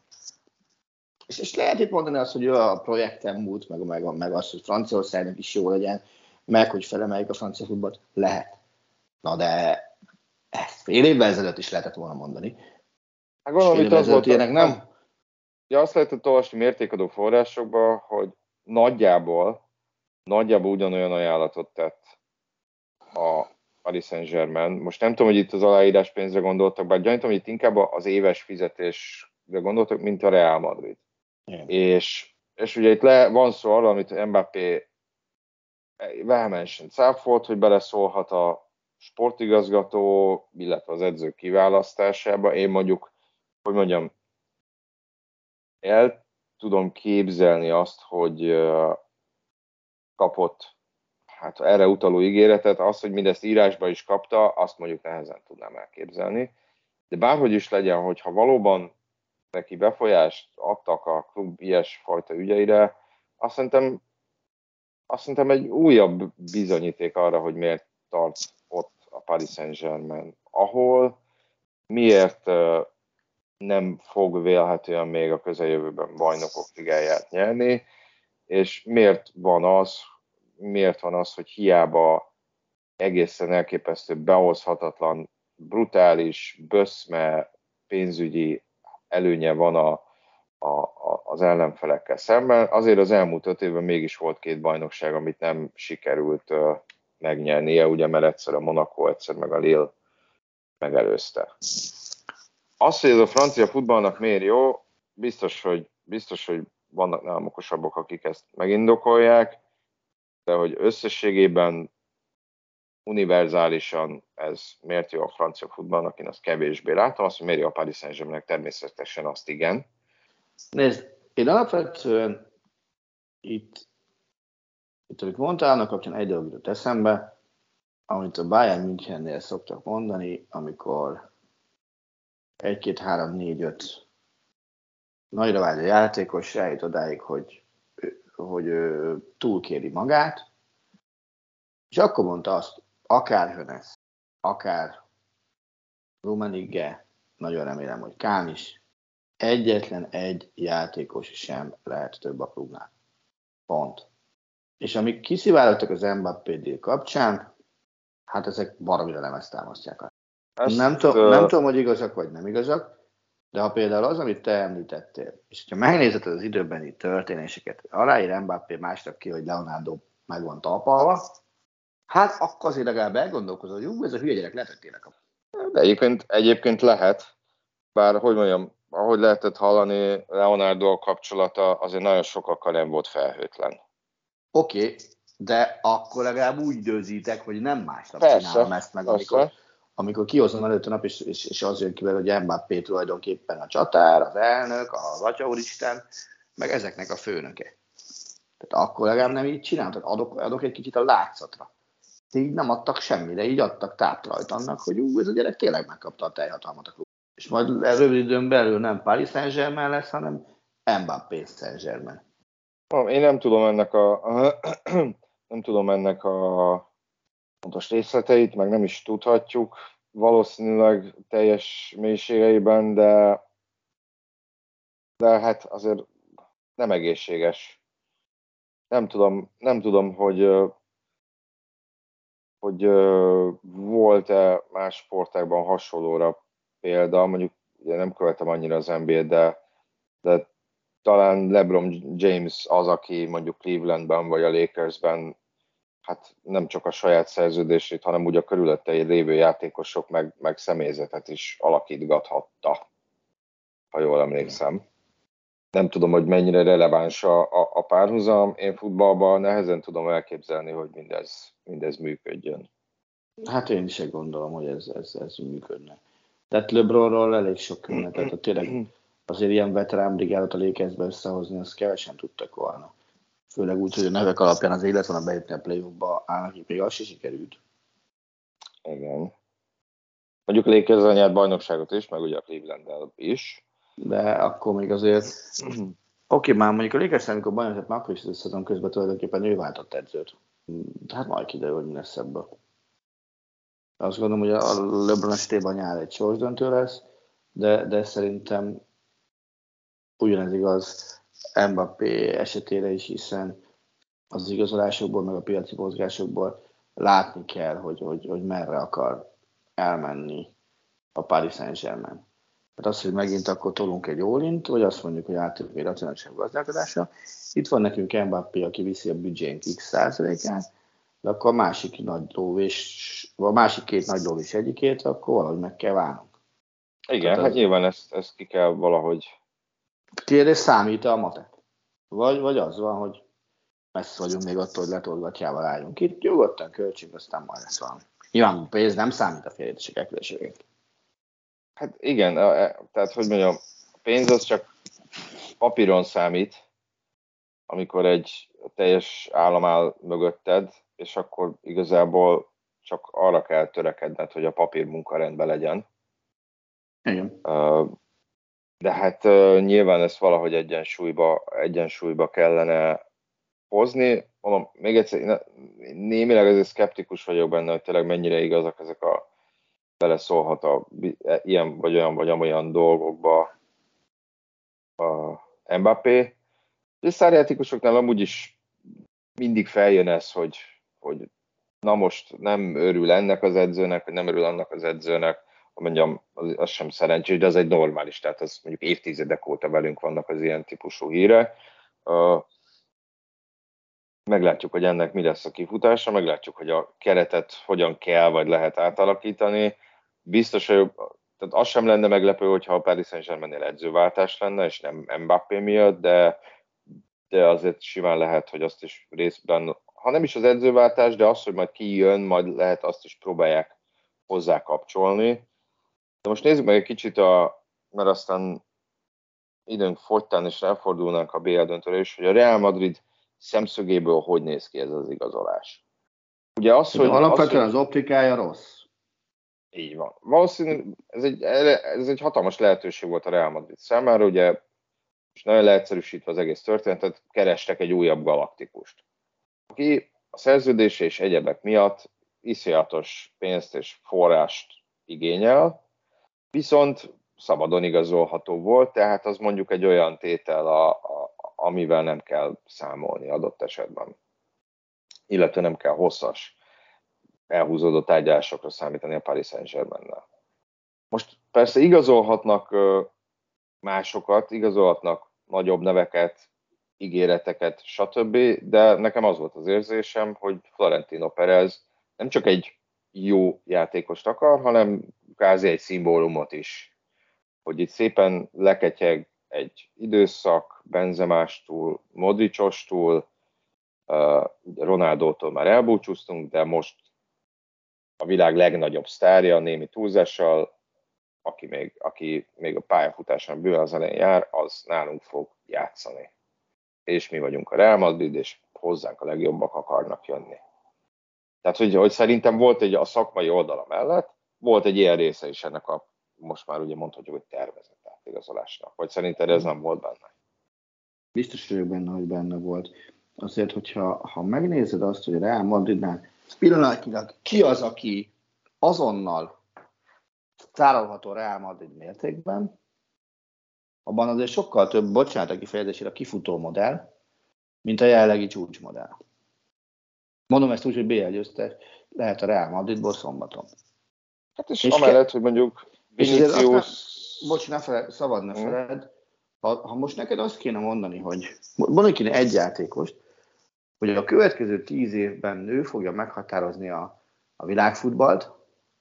[SPEAKER 5] És lehet itt mondani azt, hogy a projekten múlt, meg az, hogy Franciaországnak is jó legyen, meg hogy felemeljük a francia futballt, lehet. Na de ezt fél évvel ezelőtt is lehetett volna mondani.
[SPEAKER 4] Hát gondolom, itt az volt,
[SPEAKER 5] nem?
[SPEAKER 4] Ja, azt lehetett olvasni mértékadó forrásokban, hogy nagyjából ugyanolyan ajánlatot tett a Paris Saint-Germain. Most nem tudom, hogy itt az aláírás pénzre gondoltak, bár gyanítom, hogy itt inkább az éves fizetésre gondoltak, mint a Real Madrid. És ugye itt van szó arra, amit Mbappé vehemensen cáfolt, hogy beleszólhat a sportigazgató, illetve az edzők kiválasztásába. Én mondjuk, hogy mondjam, el tudom képzelni azt, hogy kapott hát erre utaló ígéretet, az, hogy mindezt írásba is kapta, azt mondjuk nehezen tudnám elképzelni. De bárhogy is legyen, hogyha valóban neki befolyást adtak a klub ilyesfajta ügyeire, azt szerintem egy újabb bizonyíték arra, hogy miért tart ott a Paris Saint-Germain, ahol miért nem fog vélhetően még a közeljövőben bajnokok ligáját nyerni, és miért van az, hogy hiába egészen elképesztő, behozhatatlan, brutális, böszme, pénzügyi előnye van az ellenfelekkel szemben. Azért az elmúlt 5 évben mégis volt 2 bajnokság, amit nem sikerült megnyernie, ugye, mert egyszer a Monaco, egyszer meg a Lille megelőzte. Az, hogy ez a francia futballnak miért jó, biztos, hogy vannak nálam okosabbak, akik ezt megindokolják, de hogy összességében univerzálisan ez miért jó a francia futballnak, én azt kevésbé látom, azt, hogy miért jó a Paris Saint-Germainnek, természetesen azt igen.
[SPEAKER 5] Nézd, én alapvetően itt amit mondtál, annak kapcsán egy dolog jutott eszembe, amit a Bayern Münchennél szoktak mondani, amikor 1, 2, 3, 4, 5 nagyra vágyó játékos eljut odáig, hogy túlkéri magát, és akkor mondta azt, akár Hönes, akár Rummenigge, nagyon remélem, hogy Kahn is, egyetlen egy játékos sem lehet több a klubnál. Pont. És amik kiszivárogtak az Mbappé deal kapcsán, hát ezek baromira nem ezt támasztják. Nem tudom, hogy igazak vagy nem igazak, de ha például az, amit te említettél, és ha megnézed az időbeni történéseket, aláír Mbappé másnap ki, hogy Leonardo meg van talpalva, hát akkor azért legalább elgondolkozol, hogy ez a hülye gyerek lehet, hogy tényleg kap.
[SPEAKER 4] De egyébként lehet, bár hogy mondjam, ahogy lehetett hallani, Leonardo kapcsolata azért nagyon sokakkal nem volt felhőtlen.
[SPEAKER 5] Oké, de akkor legalább úgy időzítek, hogy nem másnap csinálom ezt meg, amikor kihozom előtt a nap, és az jön ki vele, hogy Mbappé tulajdonképpen a csatár, az elnök, az atyaúristen, meg ezeknek a főnöke. Tehát akkor legalább nem így csinálom, tehát adok egy kicsit a látszatra. Így nem adtak semmire, így adtak táptalajt annak, hogy ez a gyerek tényleg megkapta a teljhatalmat a klub. És majd rövid időn belül nem Paris Saint-Germain lesz, hanem Mbappé Saint-Germain.
[SPEAKER 4] Én nem tudom ennek a pontos részleteit, meg nem is tudhatjuk valószínűleg teljes mélységeiben, de hát azért nem egészséges. Nem tudom, hogy volt-e más sportágban hasonlóra példa, mondjuk ugye nem követem annyira az NBA-t, de talán LeBron James az, aki mondjuk Clevelandben vagy a Lakersben hát nem csak a saját szerződését, hanem úgy a körülöttei lévő játékosok meg személyzetet is alakítgathatta, ha jól emlékszem. Nem tudom, hogy mennyire releváns a párhuzam. Én futballban nehezen tudom elképzelni, hogy mindez működjön.
[SPEAKER 5] Hát én is gondolom, hogy ez működne. Tehát LeBronról elég sok különne, tehát tényleg azért ilyen veterán brigádot a Lakersbe összehozni, azt kevesen tudtak volna. Főleg úgy, hogy a nevek alapján az élet van a bejutni a play-offba, nekik még az se sikerült.
[SPEAKER 4] Igen. Mondjuk Lakers nyert bajnokságot is, meg ugye a Cleveland-del is.
[SPEAKER 5] De akkor még azért... Oké, már mondjuk a Lakers-en, amikor bajnok lett, már akkor is az szezon közben tulajdonképpen ő váltott edzőt. Hát majd kiderül, hogy mi lesz ebből. Azt gondolom, hogy a LeBron esetében nyár egy sorsdöntő lesz, de szerintem ugyanez igaz Mbappé esetére is, hiszen az igazolásokból, meg a piaci mozgásokból látni kell, hogy merre akar elmenni a Paris Saint-Germain. Tehát az, hogy megint akkor tolunk egy all-int, vagy azt mondjuk, hogy átérünk egy racionálisabb gazdálkodásra. Itt van nekünk Mbappé, aki viszi a büdzsénk x%-át, de akkor a másik két nagy lóvés egyikét, akkor valahogy meg kell válnunk.
[SPEAKER 4] Igen, tehát hát nyilván ezt ki kell valahogy...
[SPEAKER 5] Kérdés, számít a matek? Vagy az van, hogy messze vagyunk még attól, hogy letolgatjával álljunk itt, nyugodtan költsünk, aztán majd lesz valami. Nyilván pénz nem számít a félrétesek elkülönségét.
[SPEAKER 4] Hát igen, tehát hogy mondjam, a pénz az csak papíron számít, amikor egy teljes állam áll mögötted, és akkor igazából csak arra kell törekedned, hogy a papírmunka rendben legyen.
[SPEAKER 5] Igen.
[SPEAKER 4] De hát nyilván ezt valahogy egyensúlyba kellene hozni. Mondom, még egyszer, némileg azért szkeptikus vagyok benne, hogy tényleg mennyire igazak ezek a beleszólhat a ilyen vagy olyan dolgokba a Mbappé. És szárjátékosoknál amúgy is mindig feljön ez, hogy na most nem örül ennek az edzőnek, vagy nem örül annak az edzőnek, mondjam, az sem szerencsés, de az egy normális, tehát az mondjuk évtizedek óta velünk vannak az ilyen típusú híre. Meglátjuk, hogy ennek mi lesz a kifutása, meglátjuk, hogy a keretet hogyan kell, vagy lehet átalakítani. Biztos, hogy tehát az sem lenne meglepő, hogyha a Paris Saint-Germainnél edzőváltás lenne, és nem Mbappé miatt, de azért simán lehet, hogy azt is részben, ha nem is az edzőváltás, de az, hogy majd ki jön, majd lehet azt is próbálják hozzá kapcsolni. De most nézzük meg egy kicsit, mert aztán időnk fogytán, és elfordulnánk a BL döntőre is, hogy a Real Madrid szemszögéből hogy néz ki ez az igazolás. Ugye
[SPEAKER 5] alapvetően az optikája rossz.
[SPEAKER 4] Így van. Valószínűleg ez egy hatalmas lehetőség volt a Real Madrid számára, ugye, és nagyon leegyszerűsítve az egész történetet, kerestek egy újabb galaktikust, aki a szerződése és egyebek miatt iszonyatos pénzt és forrást igényel, viszont szabadon igazolható volt, tehát az mondjuk egy olyan tétel, amivel nem kell számolni adott esetben. Illetve nem kell hosszas, elhúzódó tárgyalásokra számítani a Paris Saint-Germainnel. Most persze igazolhatnak másokat, igazolhatnak nagyobb neveket, ígéreteket, stb., de nekem az volt az érzésem, hogy Florentino Perez nem csak egy jó játékost akar, hanem kvázi egy szimbólumot is. Hogy itt szépen leketyeg egy időszak, Benzemástól, Modricostól, Ronaldótól már elbúcsúztunk, de most a világ legnagyobb sztárja, némi túlzással, aki még a pályafutásán bőven az elején jár, az nálunk fog játszani. És mi vagyunk a Real Madrid, és hozzánk a legjobbak akarnak jönni. Tehát, hogy szerintem volt a szakmai oldala mellett, volt egy ilyen része is ennek most már ugye mondhatjuk, hogy tervezett átigazolásnak. Vagy szerinted ez nem volt benne?
[SPEAKER 5] Biztos vagyok benne, hogy benne volt. Azért, hogyha megnézed azt, hogy a Real Madridnál pillanatnyilag ki az, aki azonnal tárolható Real Madrid mértékben, abban azért sokkal több, bocsánat a kifejezésére, kifutó modell, mint a jelenlegi csúcsmodell. Mondom ezt úgy, hogy BL győztes lehet a Real Madridból szombaton.
[SPEAKER 4] Hát és amellett, hogy mondjuk
[SPEAKER 5] Vinicius... szabad ne feled, ha most neked azt kéne mondani, hogy mondani kéne egy játékost, hogy a következő 10 évben ő fogja meghatározni a világfutballt,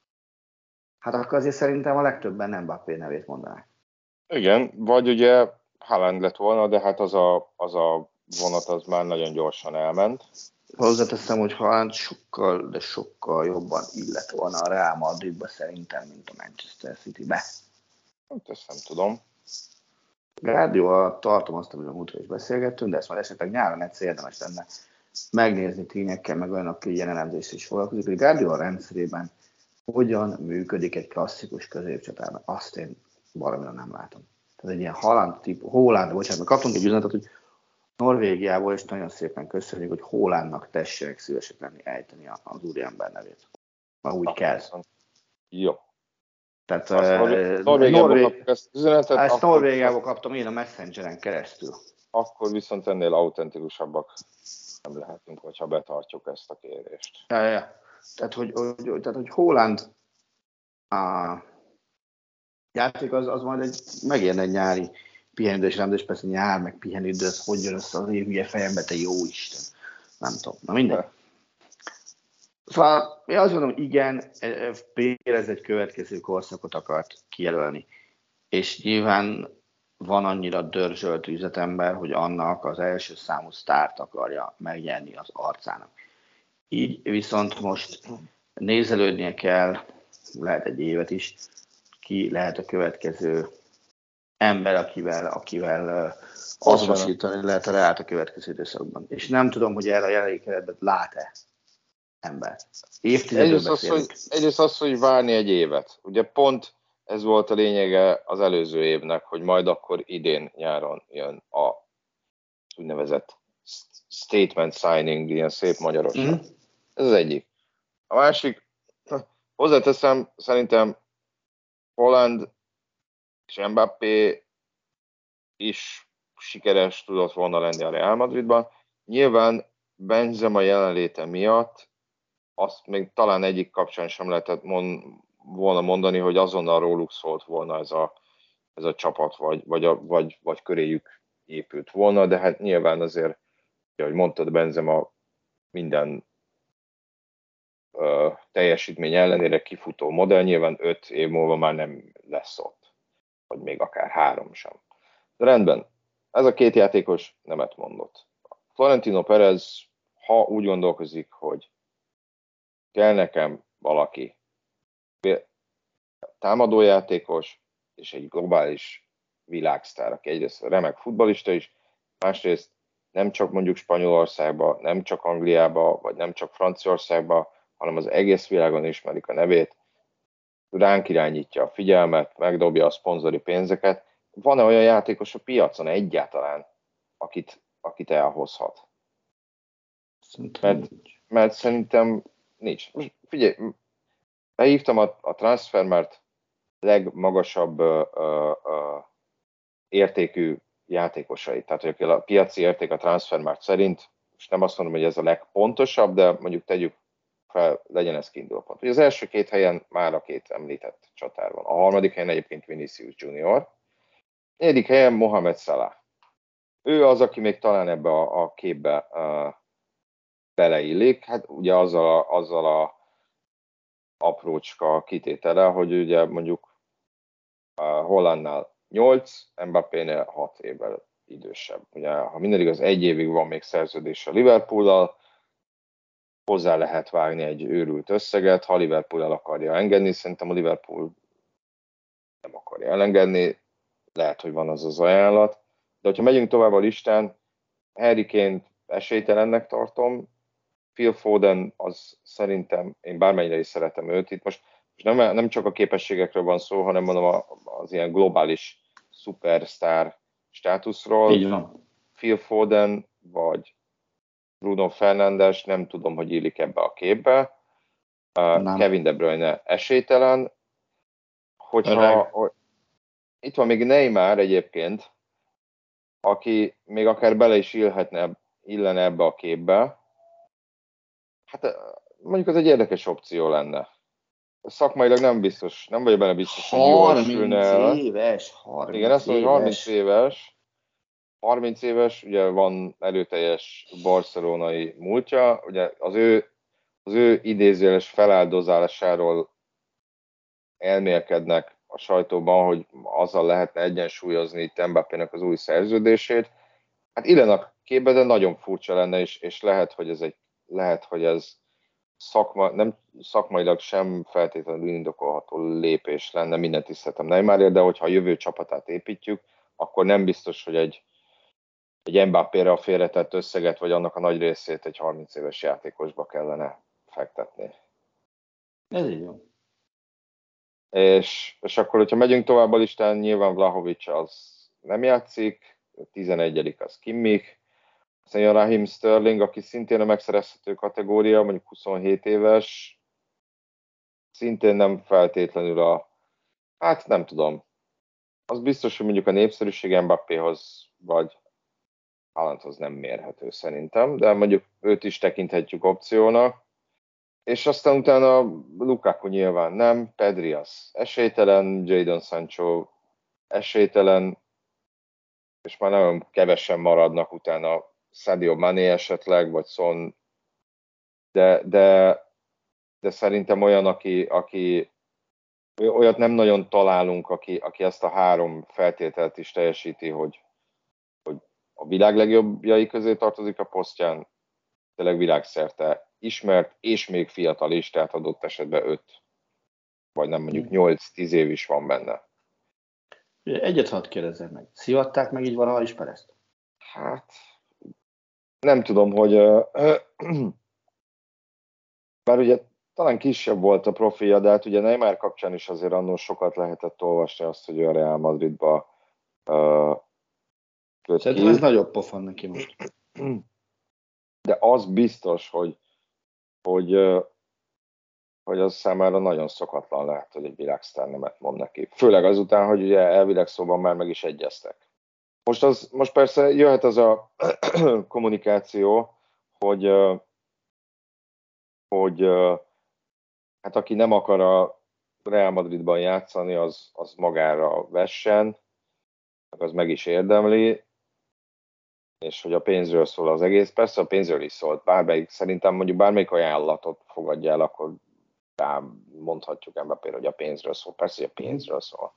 [SPEAKER 5] hát akkor azért szerintem a legtöbben nem Mbappé nevét mondanák.
[SPEAKER 4] Igen, vagy ugye Haaland lett volna, de hát az a vonat az már nagyon gyorsan elment.
[SPEAKER 5] Hozzáteszem, hogy Haaland sokkal, de sokkal jobban illett volna a Real Madridba szerintem, mint a Manchester Citybe.
[SPEAKER 4] Hát ezt nem tudom.
[SPEAKER 5] Guardiola tartom azt, amiről múltra is beszélgettünk, de ezt már esetleg nyáron egyszer érdemes lenne megnézni tényekkel, meg olyanok, aki ilyen elemzés is foglalkozik, hogy Guardiola rendszerében hogyan működik egy klasszikus középcsatárban. Azt én valamire nem látom. Tehát egy ilyen Haaland, bocsánat, kaptunk egy üzenetet, hogy Norvégiából, és nagyon szépen köszönjük, hogy Haalandnak tessenek szívesek lenni ejteni az úriember nevét. Ma úgy kell.
[SPEAKER 4] Jó.
[SPEAKER 5] Tehát
[SPEAKER 4] ezt
[SPEAKER 5] Norvégiából kaptam én a Messengeren keresztül.
[SPEAKER 4] Akkor viszont ennél autentikusabbak. nem lehetünk, hogyha betartjuk ezt a kérést.
[SPEAKER 5] Ja. Tehát, hogy Haaland a játék az majd megérne egy nyári pihenődős rendben, és persze nyár, meg pihenődő, ez hogy jön össze az hülye fejembe, te jó Isten. Nem tudom, na mindegy. Szóval én azt mondom, igen, Pérez egy következő korszakot akart kijelölni. És nyilván van annyira dörzsölt üzletember, hogy annak az első számú sztárt akarja megnyerni az arcának. Így viszont most nézelődnie kell, lehet egy évet is, ki lehet a következő ember, akivel azonosítani lehet a Reált a következő időszakban. És nem tudom, hogy erre a jelenlegi keretben lát-e ember. Évtizedről beszélünk.
[SPEAKER 4] Egyrészt az, hogy várni egy évet. Ugye pont ez volt a lényege az előző évnek, hogy majd akkor idén nyáron jön a úgynevezett statement signing, ilyen szép magyarosan. Ez az egyik. A másik, hozzáteszem, szerintem Haaland és Mbappé is sikeres tudott volna lenni a Real Madridban. Nyilván Benzema jelenléte miatt azt még talán egyik kapcsán sem lehetett volna mondani, hogy azonnal róluk szólt volna ez a csapat, vagy köréjük épült volna, de hát nyilván azért, ahogy mondtad, Benzema minden teljesítmény ellenére kifutó modell, nyilván 5 év múlva már nem lesz ott, vagy még akár 3 sem. De rendben, ez a két játékos nemet mondott. Florentino Perez, ha úgy gondolkozik, hogy kell nekem valaki támadójátékos és egy globális világsztár, aki egyrészt remek futballista is, másrészt nem csak mondjuk Spanyolországba, nem csak Angliába, vagy nem csak Franciaországba, hanem az egész világon ismerik a nevét, ránk irányítja a figyelmet, megdobja a szponzori pénzeket. Van-e olyan játékos a piacon egyáltalán, akit elhozhat? Mert szerintem nincs. Most figyelj, behívtam a Transfermarkt legmagasabb értékű játékosait. Tehát, hogy a piaci érték a Transfermarkt szerint, most nem azt mondom, hogy ez a legpontosabb, de mondjuk tegyük fel, legyen ez kiindulópont. Az első 2 helyen már a 2 említett csatár van. A harmadik helyen egyébként Vinicius Junior. A 4. helyen Mohamed Salah. Ő az, aki még talán ebbe a képbe beleillik. Hát ugye azzal a aprócska kitétele, hogy ugye mondjuk Haalandnál 8, Mbappénél 6 évvel idősebb. Ugye, ha minden igaz, 1 évig van még szerződés a Liverpoollal, hozzá lehet vágni egy őrült összeget, ha a Liverpool el akarja engedni, szerintem a Liverpool nem akarja elengedni, lehet, hogy van az ajánlat. De hogyha megyünk tovább a listán, Harry Kane esélytelennek tartom, Phil Foden, az szerintem, én bármennyire is szeretem őt, itt most nem csak a képességekről van szó, hanem mondom az ilyen globális szupersztár státuszról.
[SPEAKER 5] Így van.
[SPEAKER 4] Phil Foden vagy Bruno Fernandes nem tudom, hogy illik ebbe a képbe. Kevin De Bruyne esélytelen. Itt van még Neymar egyébként, aki még akár bele is illene ebbe a képbe. Hát mondjuk az egy érdekes opció lenne. Szakmailag nem vagyok benne biztos, hogy jól sülne el.
[SPEAKER 5] 30 éves.
[SPEAKER 4] Igen, azt mondom, hogy 30 éves. 30 éves, ugye van erőteljes barcelonai múltja, ugye az ő idézőjeles feláldozásáról elmélkednek a sajtóban, hogy azzal lehetne egyensúlyozni itt Mbappének az új szerződését. Hát illenek képbe, de nagyon furcsa lenne, és lehet, hogy ez nem szakmailag sem feltétlenül indokolható lépés lenne, mindent tiszteltem Neymarért, de hogyha a jövő csapatát építjük, akkor nem biztos, hogy egy Mbappére a félretett összeget, vagy annak a nagy részét egy 30 éves játékosba kellene fektetni.
[SPEAKER 5] Ez így jó.
[SPEAKER 4] És akkor, hogyha megyünk tovább a listán, nyilván Vlahovic az nem játszik, 11. az Kimmich, aztán jön Raheem Sterling, aki szintén a megszerezhető kategória, mondjuk 27 éves, szintén nem feltétlenül hát nem tudom. Az biztos, hogy mondjuk a népszerűség Mbappéhoz, vagy Haalandhoz nem mérhető szerintem, de mondjuk őt is tekinthetjük opciónak. És aztán utána Lukaku nyilván nem, Pedri az esélytelen, Jadon Sancho esélytelen, és már nagyon kevesen maradnak utána, Sadio Mané esetleg, vagy Son, de szerintem olyan, aki olyat nem nagyon találunk, aki ezt a 3 feltételt is teljesíti, hogy a világ legjobbjai közé tartozik a posztján, tényleg világszerte ismert, és még fiatal is, tehát adott esetben 5, vagy nem mondjuk 8-10 év is van benne.
[SPEAKER 5] Egyet hadd kérdezzem meg. Szivatták meg így valaha is Perezt?
[SPEAKER 4] Hát, nem tudom, hogy bár ugye talán kisebb volt a profilja, de hát ugye Neymar kapcsán is azért annól sokat lehetett olvasni azt, hogy a Real Madridba köt
[SPEAKER 5] Szerintem
[SPEAKER 4] ki.
[SPEAKER 5] ez nagyobb pofon neki most.
[SPEAKER 4] De az biztos, hogy az számára nagyon szokatlan lehet, hogy egy világsztár nemet mond neki. Főleg azután, hogy ugye elvileg szóban már meg is egyeztek. Most persze jöhet az a kommunikáció, hogy hát aki nem akar a Real Madridban játszani, az magára vessen, az meg is érdemli, és hogy a pénzről szól az egész. Persze a pénzről is szólt, szerintem mondjuk bármelyik ajánlatot fogadja el, akkor mondhatjuk Mbappére, hogy a pénzről szól. Persze, hogy a pénzről szól.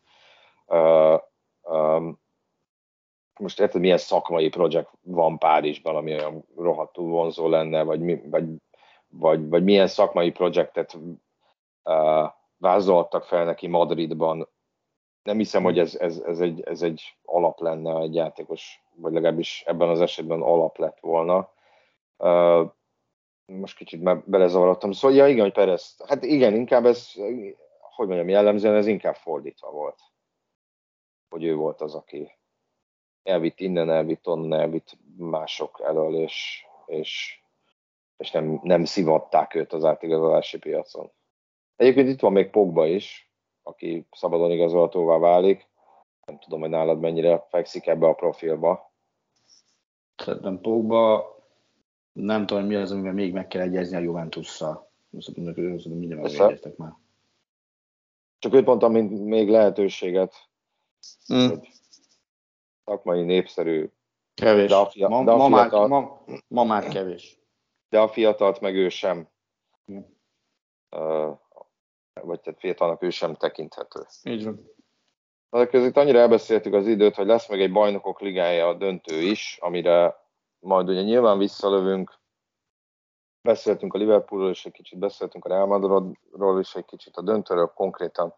[SPEAKER 4] Most érted, milyen szakmai projekt van Párizsban, ami olyan rohadtul vonzó lenne, vagy milyen szakmai projektet vázoltak fel neki Madridban. Nem hiszem, hogy ez egy alap lenne egy játékos, vagy legalábbis ebben az esetben alap lett volna. Most kicsit már belezavarodtam. Szóval, ja, igen, hogy Perez, hát igen, inkább ez, hogy mondjam, jellemzően ez inkább fordítva volt. Hogy ő volt az, aki elvitt innen, elvitt onnan, elvitt mások elől, és nem szivatták őt az átigazolási piacon. Egyébként itt van még Pogba is, aki szabadon igazolhatóvá válik. Nem tudom, hogy nálad mennyire fekszik ebbe a profilba.
[SPEAKER 5] Szerintem Pogba, nem tudom, mi az, amivel még meg kell egyezni a Juventusszal. Szerintem minden megegyeztek már.
[SPEAKER 4] Csak őt mondtam, mint még lehetőséget, hogy szakmai, népszerű.
[SPEAKER 5] Kevés.
[SPEAKER 4] Ma
[SPEAKER 5] már kevés.
[SPEAKER 4] De a fiatalt meg ő sem. Vagy tehát fiatalnak ő sem tekinthető.
[SPEAKER 5] Így van.
[SPEAKER 4] De között annyira elbeszéltük az időt, hogy lesz meg egy bajnokok ligája a döntő is, amire majd ugye nyilván visszalövünk. Beszéltünk a Liverpoolról is egy kicsit, beszéltünk a Real Madridról is egy kicsit, a döntőről konkrétan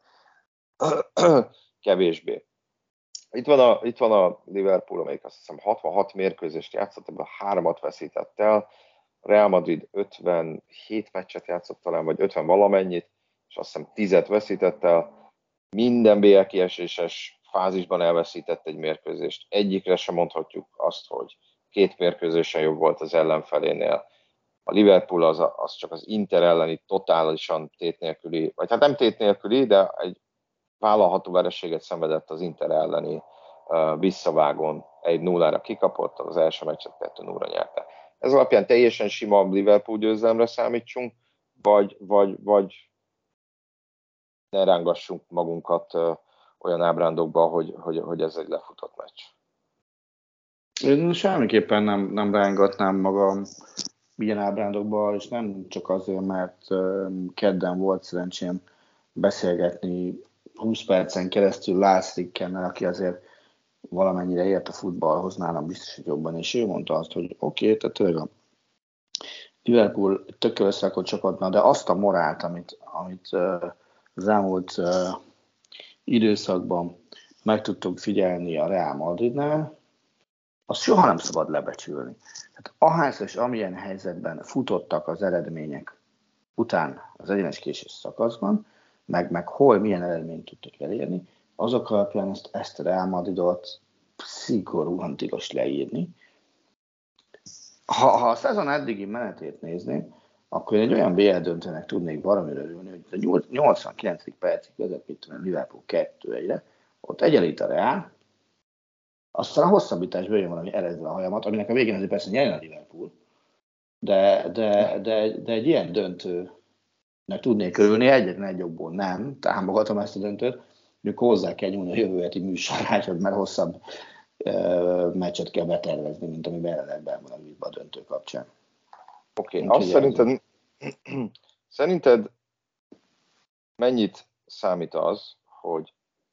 [SPEAKER 4] kevésbé. Itt van a Liverpool, amelyik azt hiszem 66 mérkőzést játszott, ebből 3-at veszített el. Real Madrid 57 meccset játszott talán, vagy 50 valamennyit, és azt hiszem 10-et veszített el. Minden BL kieséses fázisban elveszített egy mérkőzést. Egyikre sem mondhatjuk azt, hogy 2 mérkőzésen jobb volt az ellenfelénél. A Liverpool az csak az Inter elleni totálisan tét nélküli, vagy hát nem tét nélküli, de egy vállalható vereséget szenvedett az Inter elleni visszavágón. 1-0-ra kikapott, az első meccset 2-0-ra nyerte. Ez alapján teljesen sima Liverpool győzelemre számítsunk, vagy ne rángassunk magunkat olyan ábrándokba, hogy ez egy lefutott meccs.
[SPEAKER 5] Én semmiképpen nem rángatnám magam ilyen ábrándokba, és nem csak azért, mert kedden volt szerencsém beszélgetni 20 percen keresztül Lars Rickennel, aki azért valamennyire ért a futballhoz, nálam biztos, hogy jobban, és ő mondta azt, hogy oké, tehát tényleg a Liverpool tökkel összerakott csapatna, de azt a morált, amit az elmúlt időszakban meg tudtunk figyelni a Real Madridnál, azt soha nem szabad lebecsülni. Tehát ahányszor és amilyen helyzetben futottak az eredmények után az egyenes késés szakaszban, meg hol milyen eredményt tudtak elérni, azok alapján ezt a Real Madridot szigorúan tilos leírni. Ha a szezon eddigi menetét nézném, akkor egy olyan BL döntőnek tudnék valamire örülni, hogy a 89. percig vezet, mint a Liverpool 2-1-re, ott egyenlít a Real, Aztán a hosszabbításból jön valami erezve a hajamat, aminek a végén azért persze nyerjen a Liverpool, de egy ilyen döntőnek tudnék örülni, egyetlen egy jogból nem, támogatom ezt a döntőt, hogy hozzá kell nyúlni a jövő heti műsorát, mert hosszabb meccset kell betervezni, mint ami jelenlegben van a döntő kapcsán.
[SPEAKER 4] Oké, azt szerinted mennyit számít az, hogy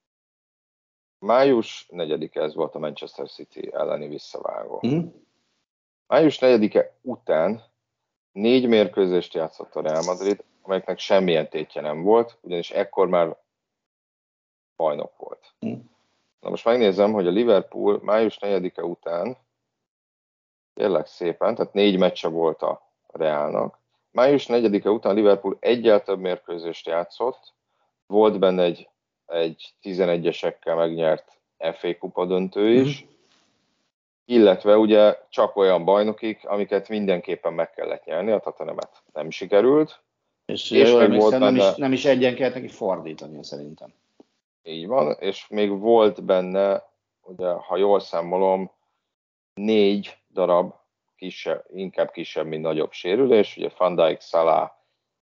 [SPEAKER 4] május 4-e ez volt a Manchester City elleni visszavágó. Május 4-e után 4 mérkőzést játszott a Real Madrid, amelyeknek semmilyen tétje nem volt, ugyanis ekkor már bajnok volt. Na most megnézem, hogy a Liverpool május 4-e után tényleg szépen, tehát 4 meccse volt a Realnak. Május 4-e után Liverpool egyel több mérkőzést játszott, volt benne egy 11-esekkel megnyert FA kupa döntő is, illetve ugye csak olyan bajnokik, amiket mindenképpen meg kellett nyerni, a Tottenhamet nem sikerült.
[SPEAKER 5] És még volt benne, nem is egyen kellett neki fordítani, szerintem.
[SPEAKER 4] Így van, és még volt benne, ugye, ha jól számolom, 4 darab inkább kisebb, mint nagyobb sérülés, ugye Van Dijk, Salah,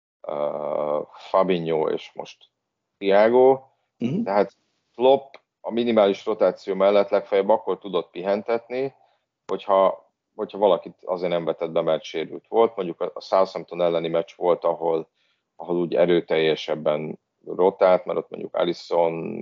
[SPEAKER 4] Fabinho és most Thiago, tehát Klopp a minimális rotáció mellett legfeljebb akkor tudott pihentetni, hogyha valakit azért nem vetett be, mert sérült volt. Mondjuk a Southampton elleni meccs volt, ahol úgy erőteljesebben rotált, mert ott mondjuk Alisson,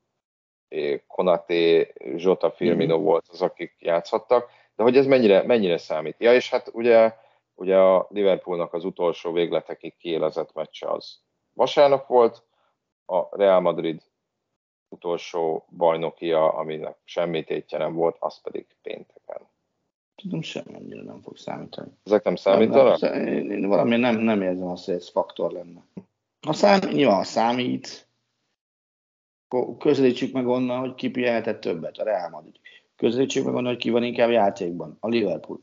[SPEAKER 4] Konaté, Jota, Firmino volt az, akik játszhattak, de hogy ez mennyire számít? Ja, és hát ugye a Liverpoolnak az utolsó végletekig kiélezett meccse az vasárnap volt, a Real Madrid utolsó bajnokia, aminek semmi tétje nem volt, az pedig pénteken.
[SPEAKER 5] Tudom, semmennyire nem fog számítani.
[SPEAKER 4] Ezek nem számítanak?
[SPEAKER 5] Én valami nem érzem azt, hogy ez faktor lenne. Nyilván számít. Közelítsük meg onnan, hogy ki pihenhetett többet, a Real Madrid. Közelítsük meg onnan, hogy ki van inkább játékban, a Liverpool.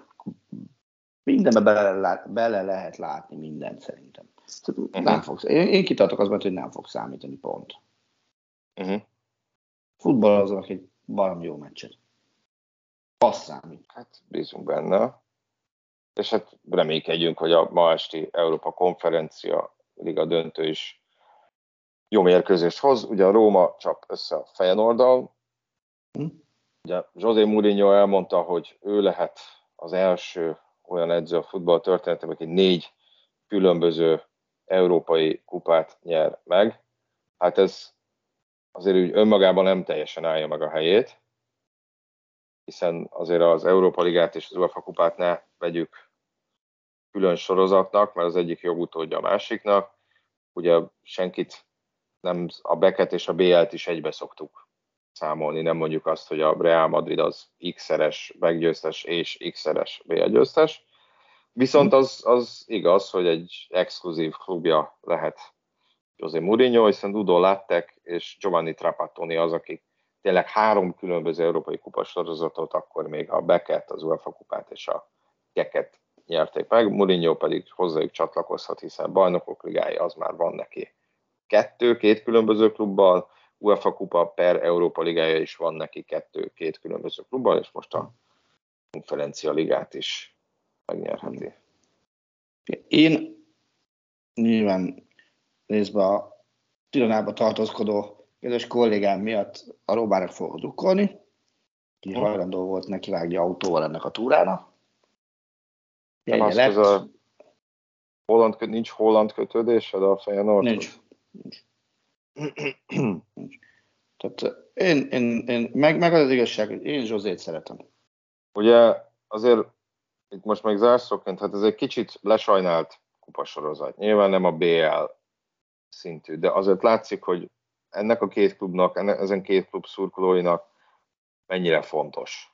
[SPEAKER 5] Mindenbe bele lehet látni mindent szerintem. Nem fogsz. Én kitartok az, hogy nem fog számítani, pont. Futballoznak egy valami jó meccset. Az számít.
[SPEAKER 4] Hát bízunk benne. És hát reménykedjünk, hogy a ma esti Európa Konferencia Liga döntő is jó mérkőzést hoz. Ugye a Róma csap össze a Feyenoorddal. Ugye José Mourinho elmondta, hogy ő lehet az első olyan edző a futball történetében, aki 4 különböző európai kupát nyer meg. Hát ez azért úgy önmagában nem teljesen állja meg a helyét, hiszen azért az Európa Ligát és az UEFA kupát ne vegyük külön sorozatnak, mert az egyik jogutódja a másiknak. Ugye senkit nem, a Beket és a BL-t is egybe szoktuk számolni, nem mondjuk azt, hogy a Real Madrid az X-szeres meggyőztes és X-szeres BL győztes. Viszont az igaz, hogy egy exkluzív klubja lehet José Mourinho, hiszen Udo Lattek és Giovanni Trapattoni az, akik tényleg 3 különböző európai kupasorozatot, akkor még a Beket, az UEFA kupát és a Keket nyerték meg. Mourinho pedig hozzájuk csatlakozhat, hiszen Bajnokok Ligája az már van neki 2 különböző klubbal, UEFA kupa per Európa Ligája is van neki 2 különböző klubbal, és most a Konferencia Ligát is megnyerheti.
[SPEAKER 5] Én nyilván részben a Tiranába tartózkodó kedves kollégám miatt a Rómának fogok drukkolni, ki hajlandó volt nekivágni autóval ennek a túrának.
[SPEAKER 4] Nincs holland kötődésed a Feyenoordhoz?
[SPEAKER 5] Nincs. Tehát én meg az igazság, hogy én Zsozét szeretem.
[SPEAKER 4] Ugye azért itt most meg zárszóként, hát ez egy kicsit lesajnált kupasorozat. Nyilván nem a BL szintű, de azért látszik, hogy ennek a 2 klubnak, ezen 2 klub szurkolóinak mennyire fontos.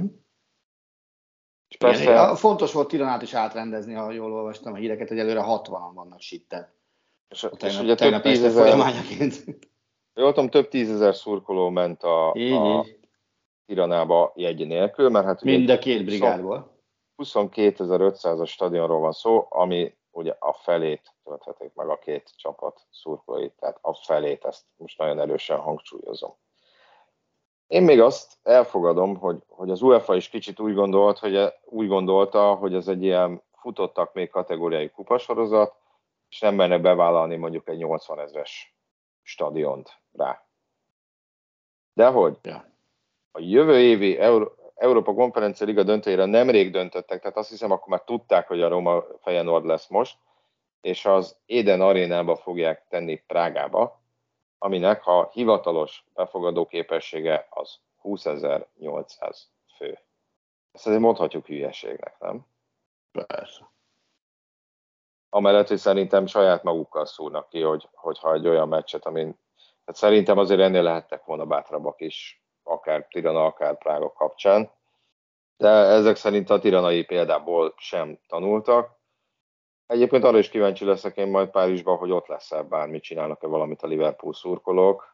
[SPEAKER 5] És persze, fontos volt Tiranát is átrendezni, ha jól olvastam a híreket, hogy előre 60-an vannak sitten.
[SPEAKER 4] És ugye több 10 000
[SPEAKER 5] folyamányaként.
[SPEAKER 4] Jól tudom, több 10 000 szurkoló ment a Tiranába jegy nélkül, mert hát
[SPEAKER 5] mind a 2 brigádból.
[SPEAKER 4] 22.500-as stadionról van szó, ami ugye a felét tölthetik meg a 2 csapat szurkolóit, tehát a felét, ezt most nagyon erősen hangsúlyozom. Én még azt elfogadom, hogy az UEFA is kicsit úgy gondolta, hogy ez egy ilyen futottak még kategóriai kupasorozat, és nem merne bevállalni mondjuk egy 80 000-es stadiont rá. Dehogy a jövő évi Európa Konferencia Liga döntőjére nemrég döntöttek, tehát azt hiszem, akkor már tudták, hogy a Roma Feyenoord lesz most, és az Eden arénába fogják tenni Prágába, aminek a hivatalos befogadó képessége az 20.800 fő. Ezt azért mondhatjuk hülyeségnek, nem?
[SPEAKER 5] Persze.
[SPEAKER 4] Amellett, hogy szerintem saját magukkal szúrnak ki, hogyha egy olyan meccset, amin tehát szerintem azért ennél lehettek volna bátrabbak is, akár Tirana, akár Prága kapcsán, de ezek szerint a tiranai példából sem tanultak. Egyébként arra is kíváncsi leszek én majd Párizsban, hogy ott lesz-e bármit, csinálnak-e valamit a Liverpool szurkolók.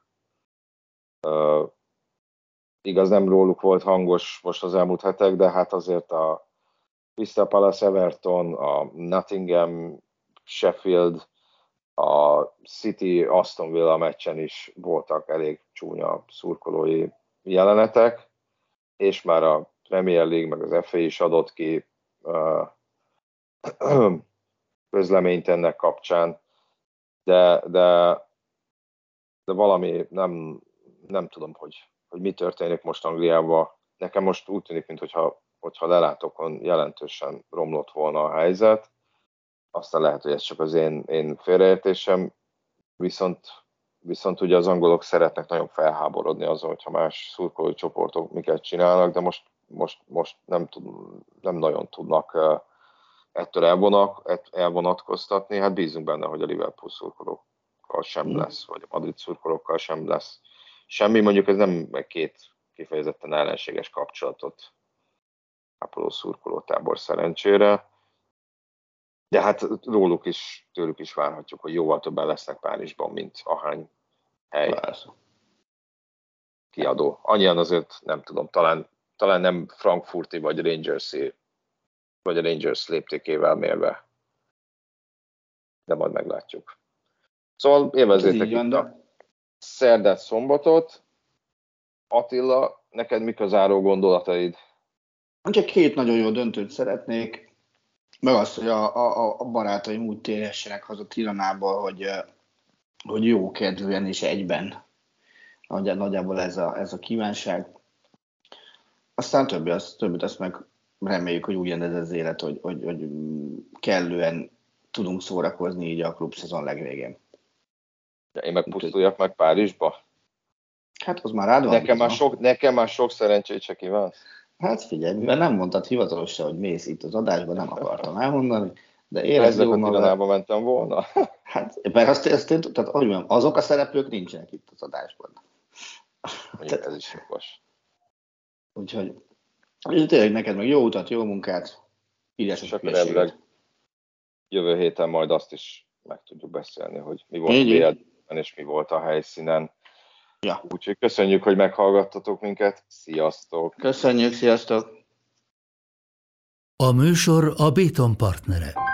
[SPEAKER 4] Igaz, nem róluk volt hangos most az elmúlt hetek, de hát azért a Crystal Palace, Everton, a Nottingham, Sheffield, a City, Aston Villa meccsen is voltak elég csúnya szurkolói jelenetek, és már a Premier League meg az FA is adott ki közleményt ennek kapcsán, de valami nem tudom, hogy mi történik most Angliában. Nekem most úgy tűnik, mintha lelátókon jelentősen romlott volna a helyzet. Aztán lehet, hogy ez csak az én félreértésem, viszont ugye az angolok szeretnek nagyon felháborodni azon, hogyha más szurkolói csoportok miket csinálnak, de most nem nagyon tudnak ettől elvonatkoztatni. Hát bízunk benne, hogy a Liverpool szurkolókkal sem lesz, vagy a Madrid szurkolókkal sem lesz semmi. Mondjuk ez nem két kifejezetten ellenséges kapcsolatot ápoló szurkolótábor szerencsére. De hát tőlük is várhatjuk, hogy jóval többen lesznek Párizsban, mint ahány hely kiadó. Annyian azért nem tudom, talán nem frankfurti vagy a Rangers léptékével mérve. De majd meglátjuk. Szóval élvezzétek itt a szerdát, szombatot. Attila, neked mik a záró gondolataid?
[SPEAKER 5] Csak két nagyon jó döntőt szeretnék, meg azt, hogy a barátaim úgy térhessenek haza Tiranából, hogy jó kedvűen és egyben. Nagyjából ez a kívánság. Aztán többit azt meg reméljük, hogy úgy rendez az élet, hogy kellően tudunk szórakozni így a klubszezon legvégén.
[SPEAKER 4] Ja, én meg pusztuljak meg Párizsba?
[SPEAKER 5] Hát az már rád van.
[SPEAKER 4] Nekem már sok szerencsét se kívánsz.
[SPEAKER 5] Hát figyelj, mivel nem mondtad hivatalosan, hogy mész itt az adásban, nem akartam elmondani, de érezd jó magad.
[SPEAKER 4] Tiranába mentem volna.
[SPEAKER 5] Hát, mert azt én tehát, hogy mondjam, azok a szereplők nincsenek itt az adásban.
[SPEAKER 4] Ez is jogos.
[SPEAKER 5] Úgyhogy tényleg neked meg jó utat, jó munkát,
[SPEAKER 4] és akkor elvileg jövő héten majd azt is meg tudjuk beszélni, hogy mi volt a BL-ben és mi volt a helyszínen.
[SPEAKER 5] Ja.
[SPEAKER 4] Úgyhogy köszönjük, hogy meghallgattatok minket. Sziasztok!
[SPEAKER 5] Köszönjük, sziasztok!
[SPEAKER 1] A műsor a Béton partnere.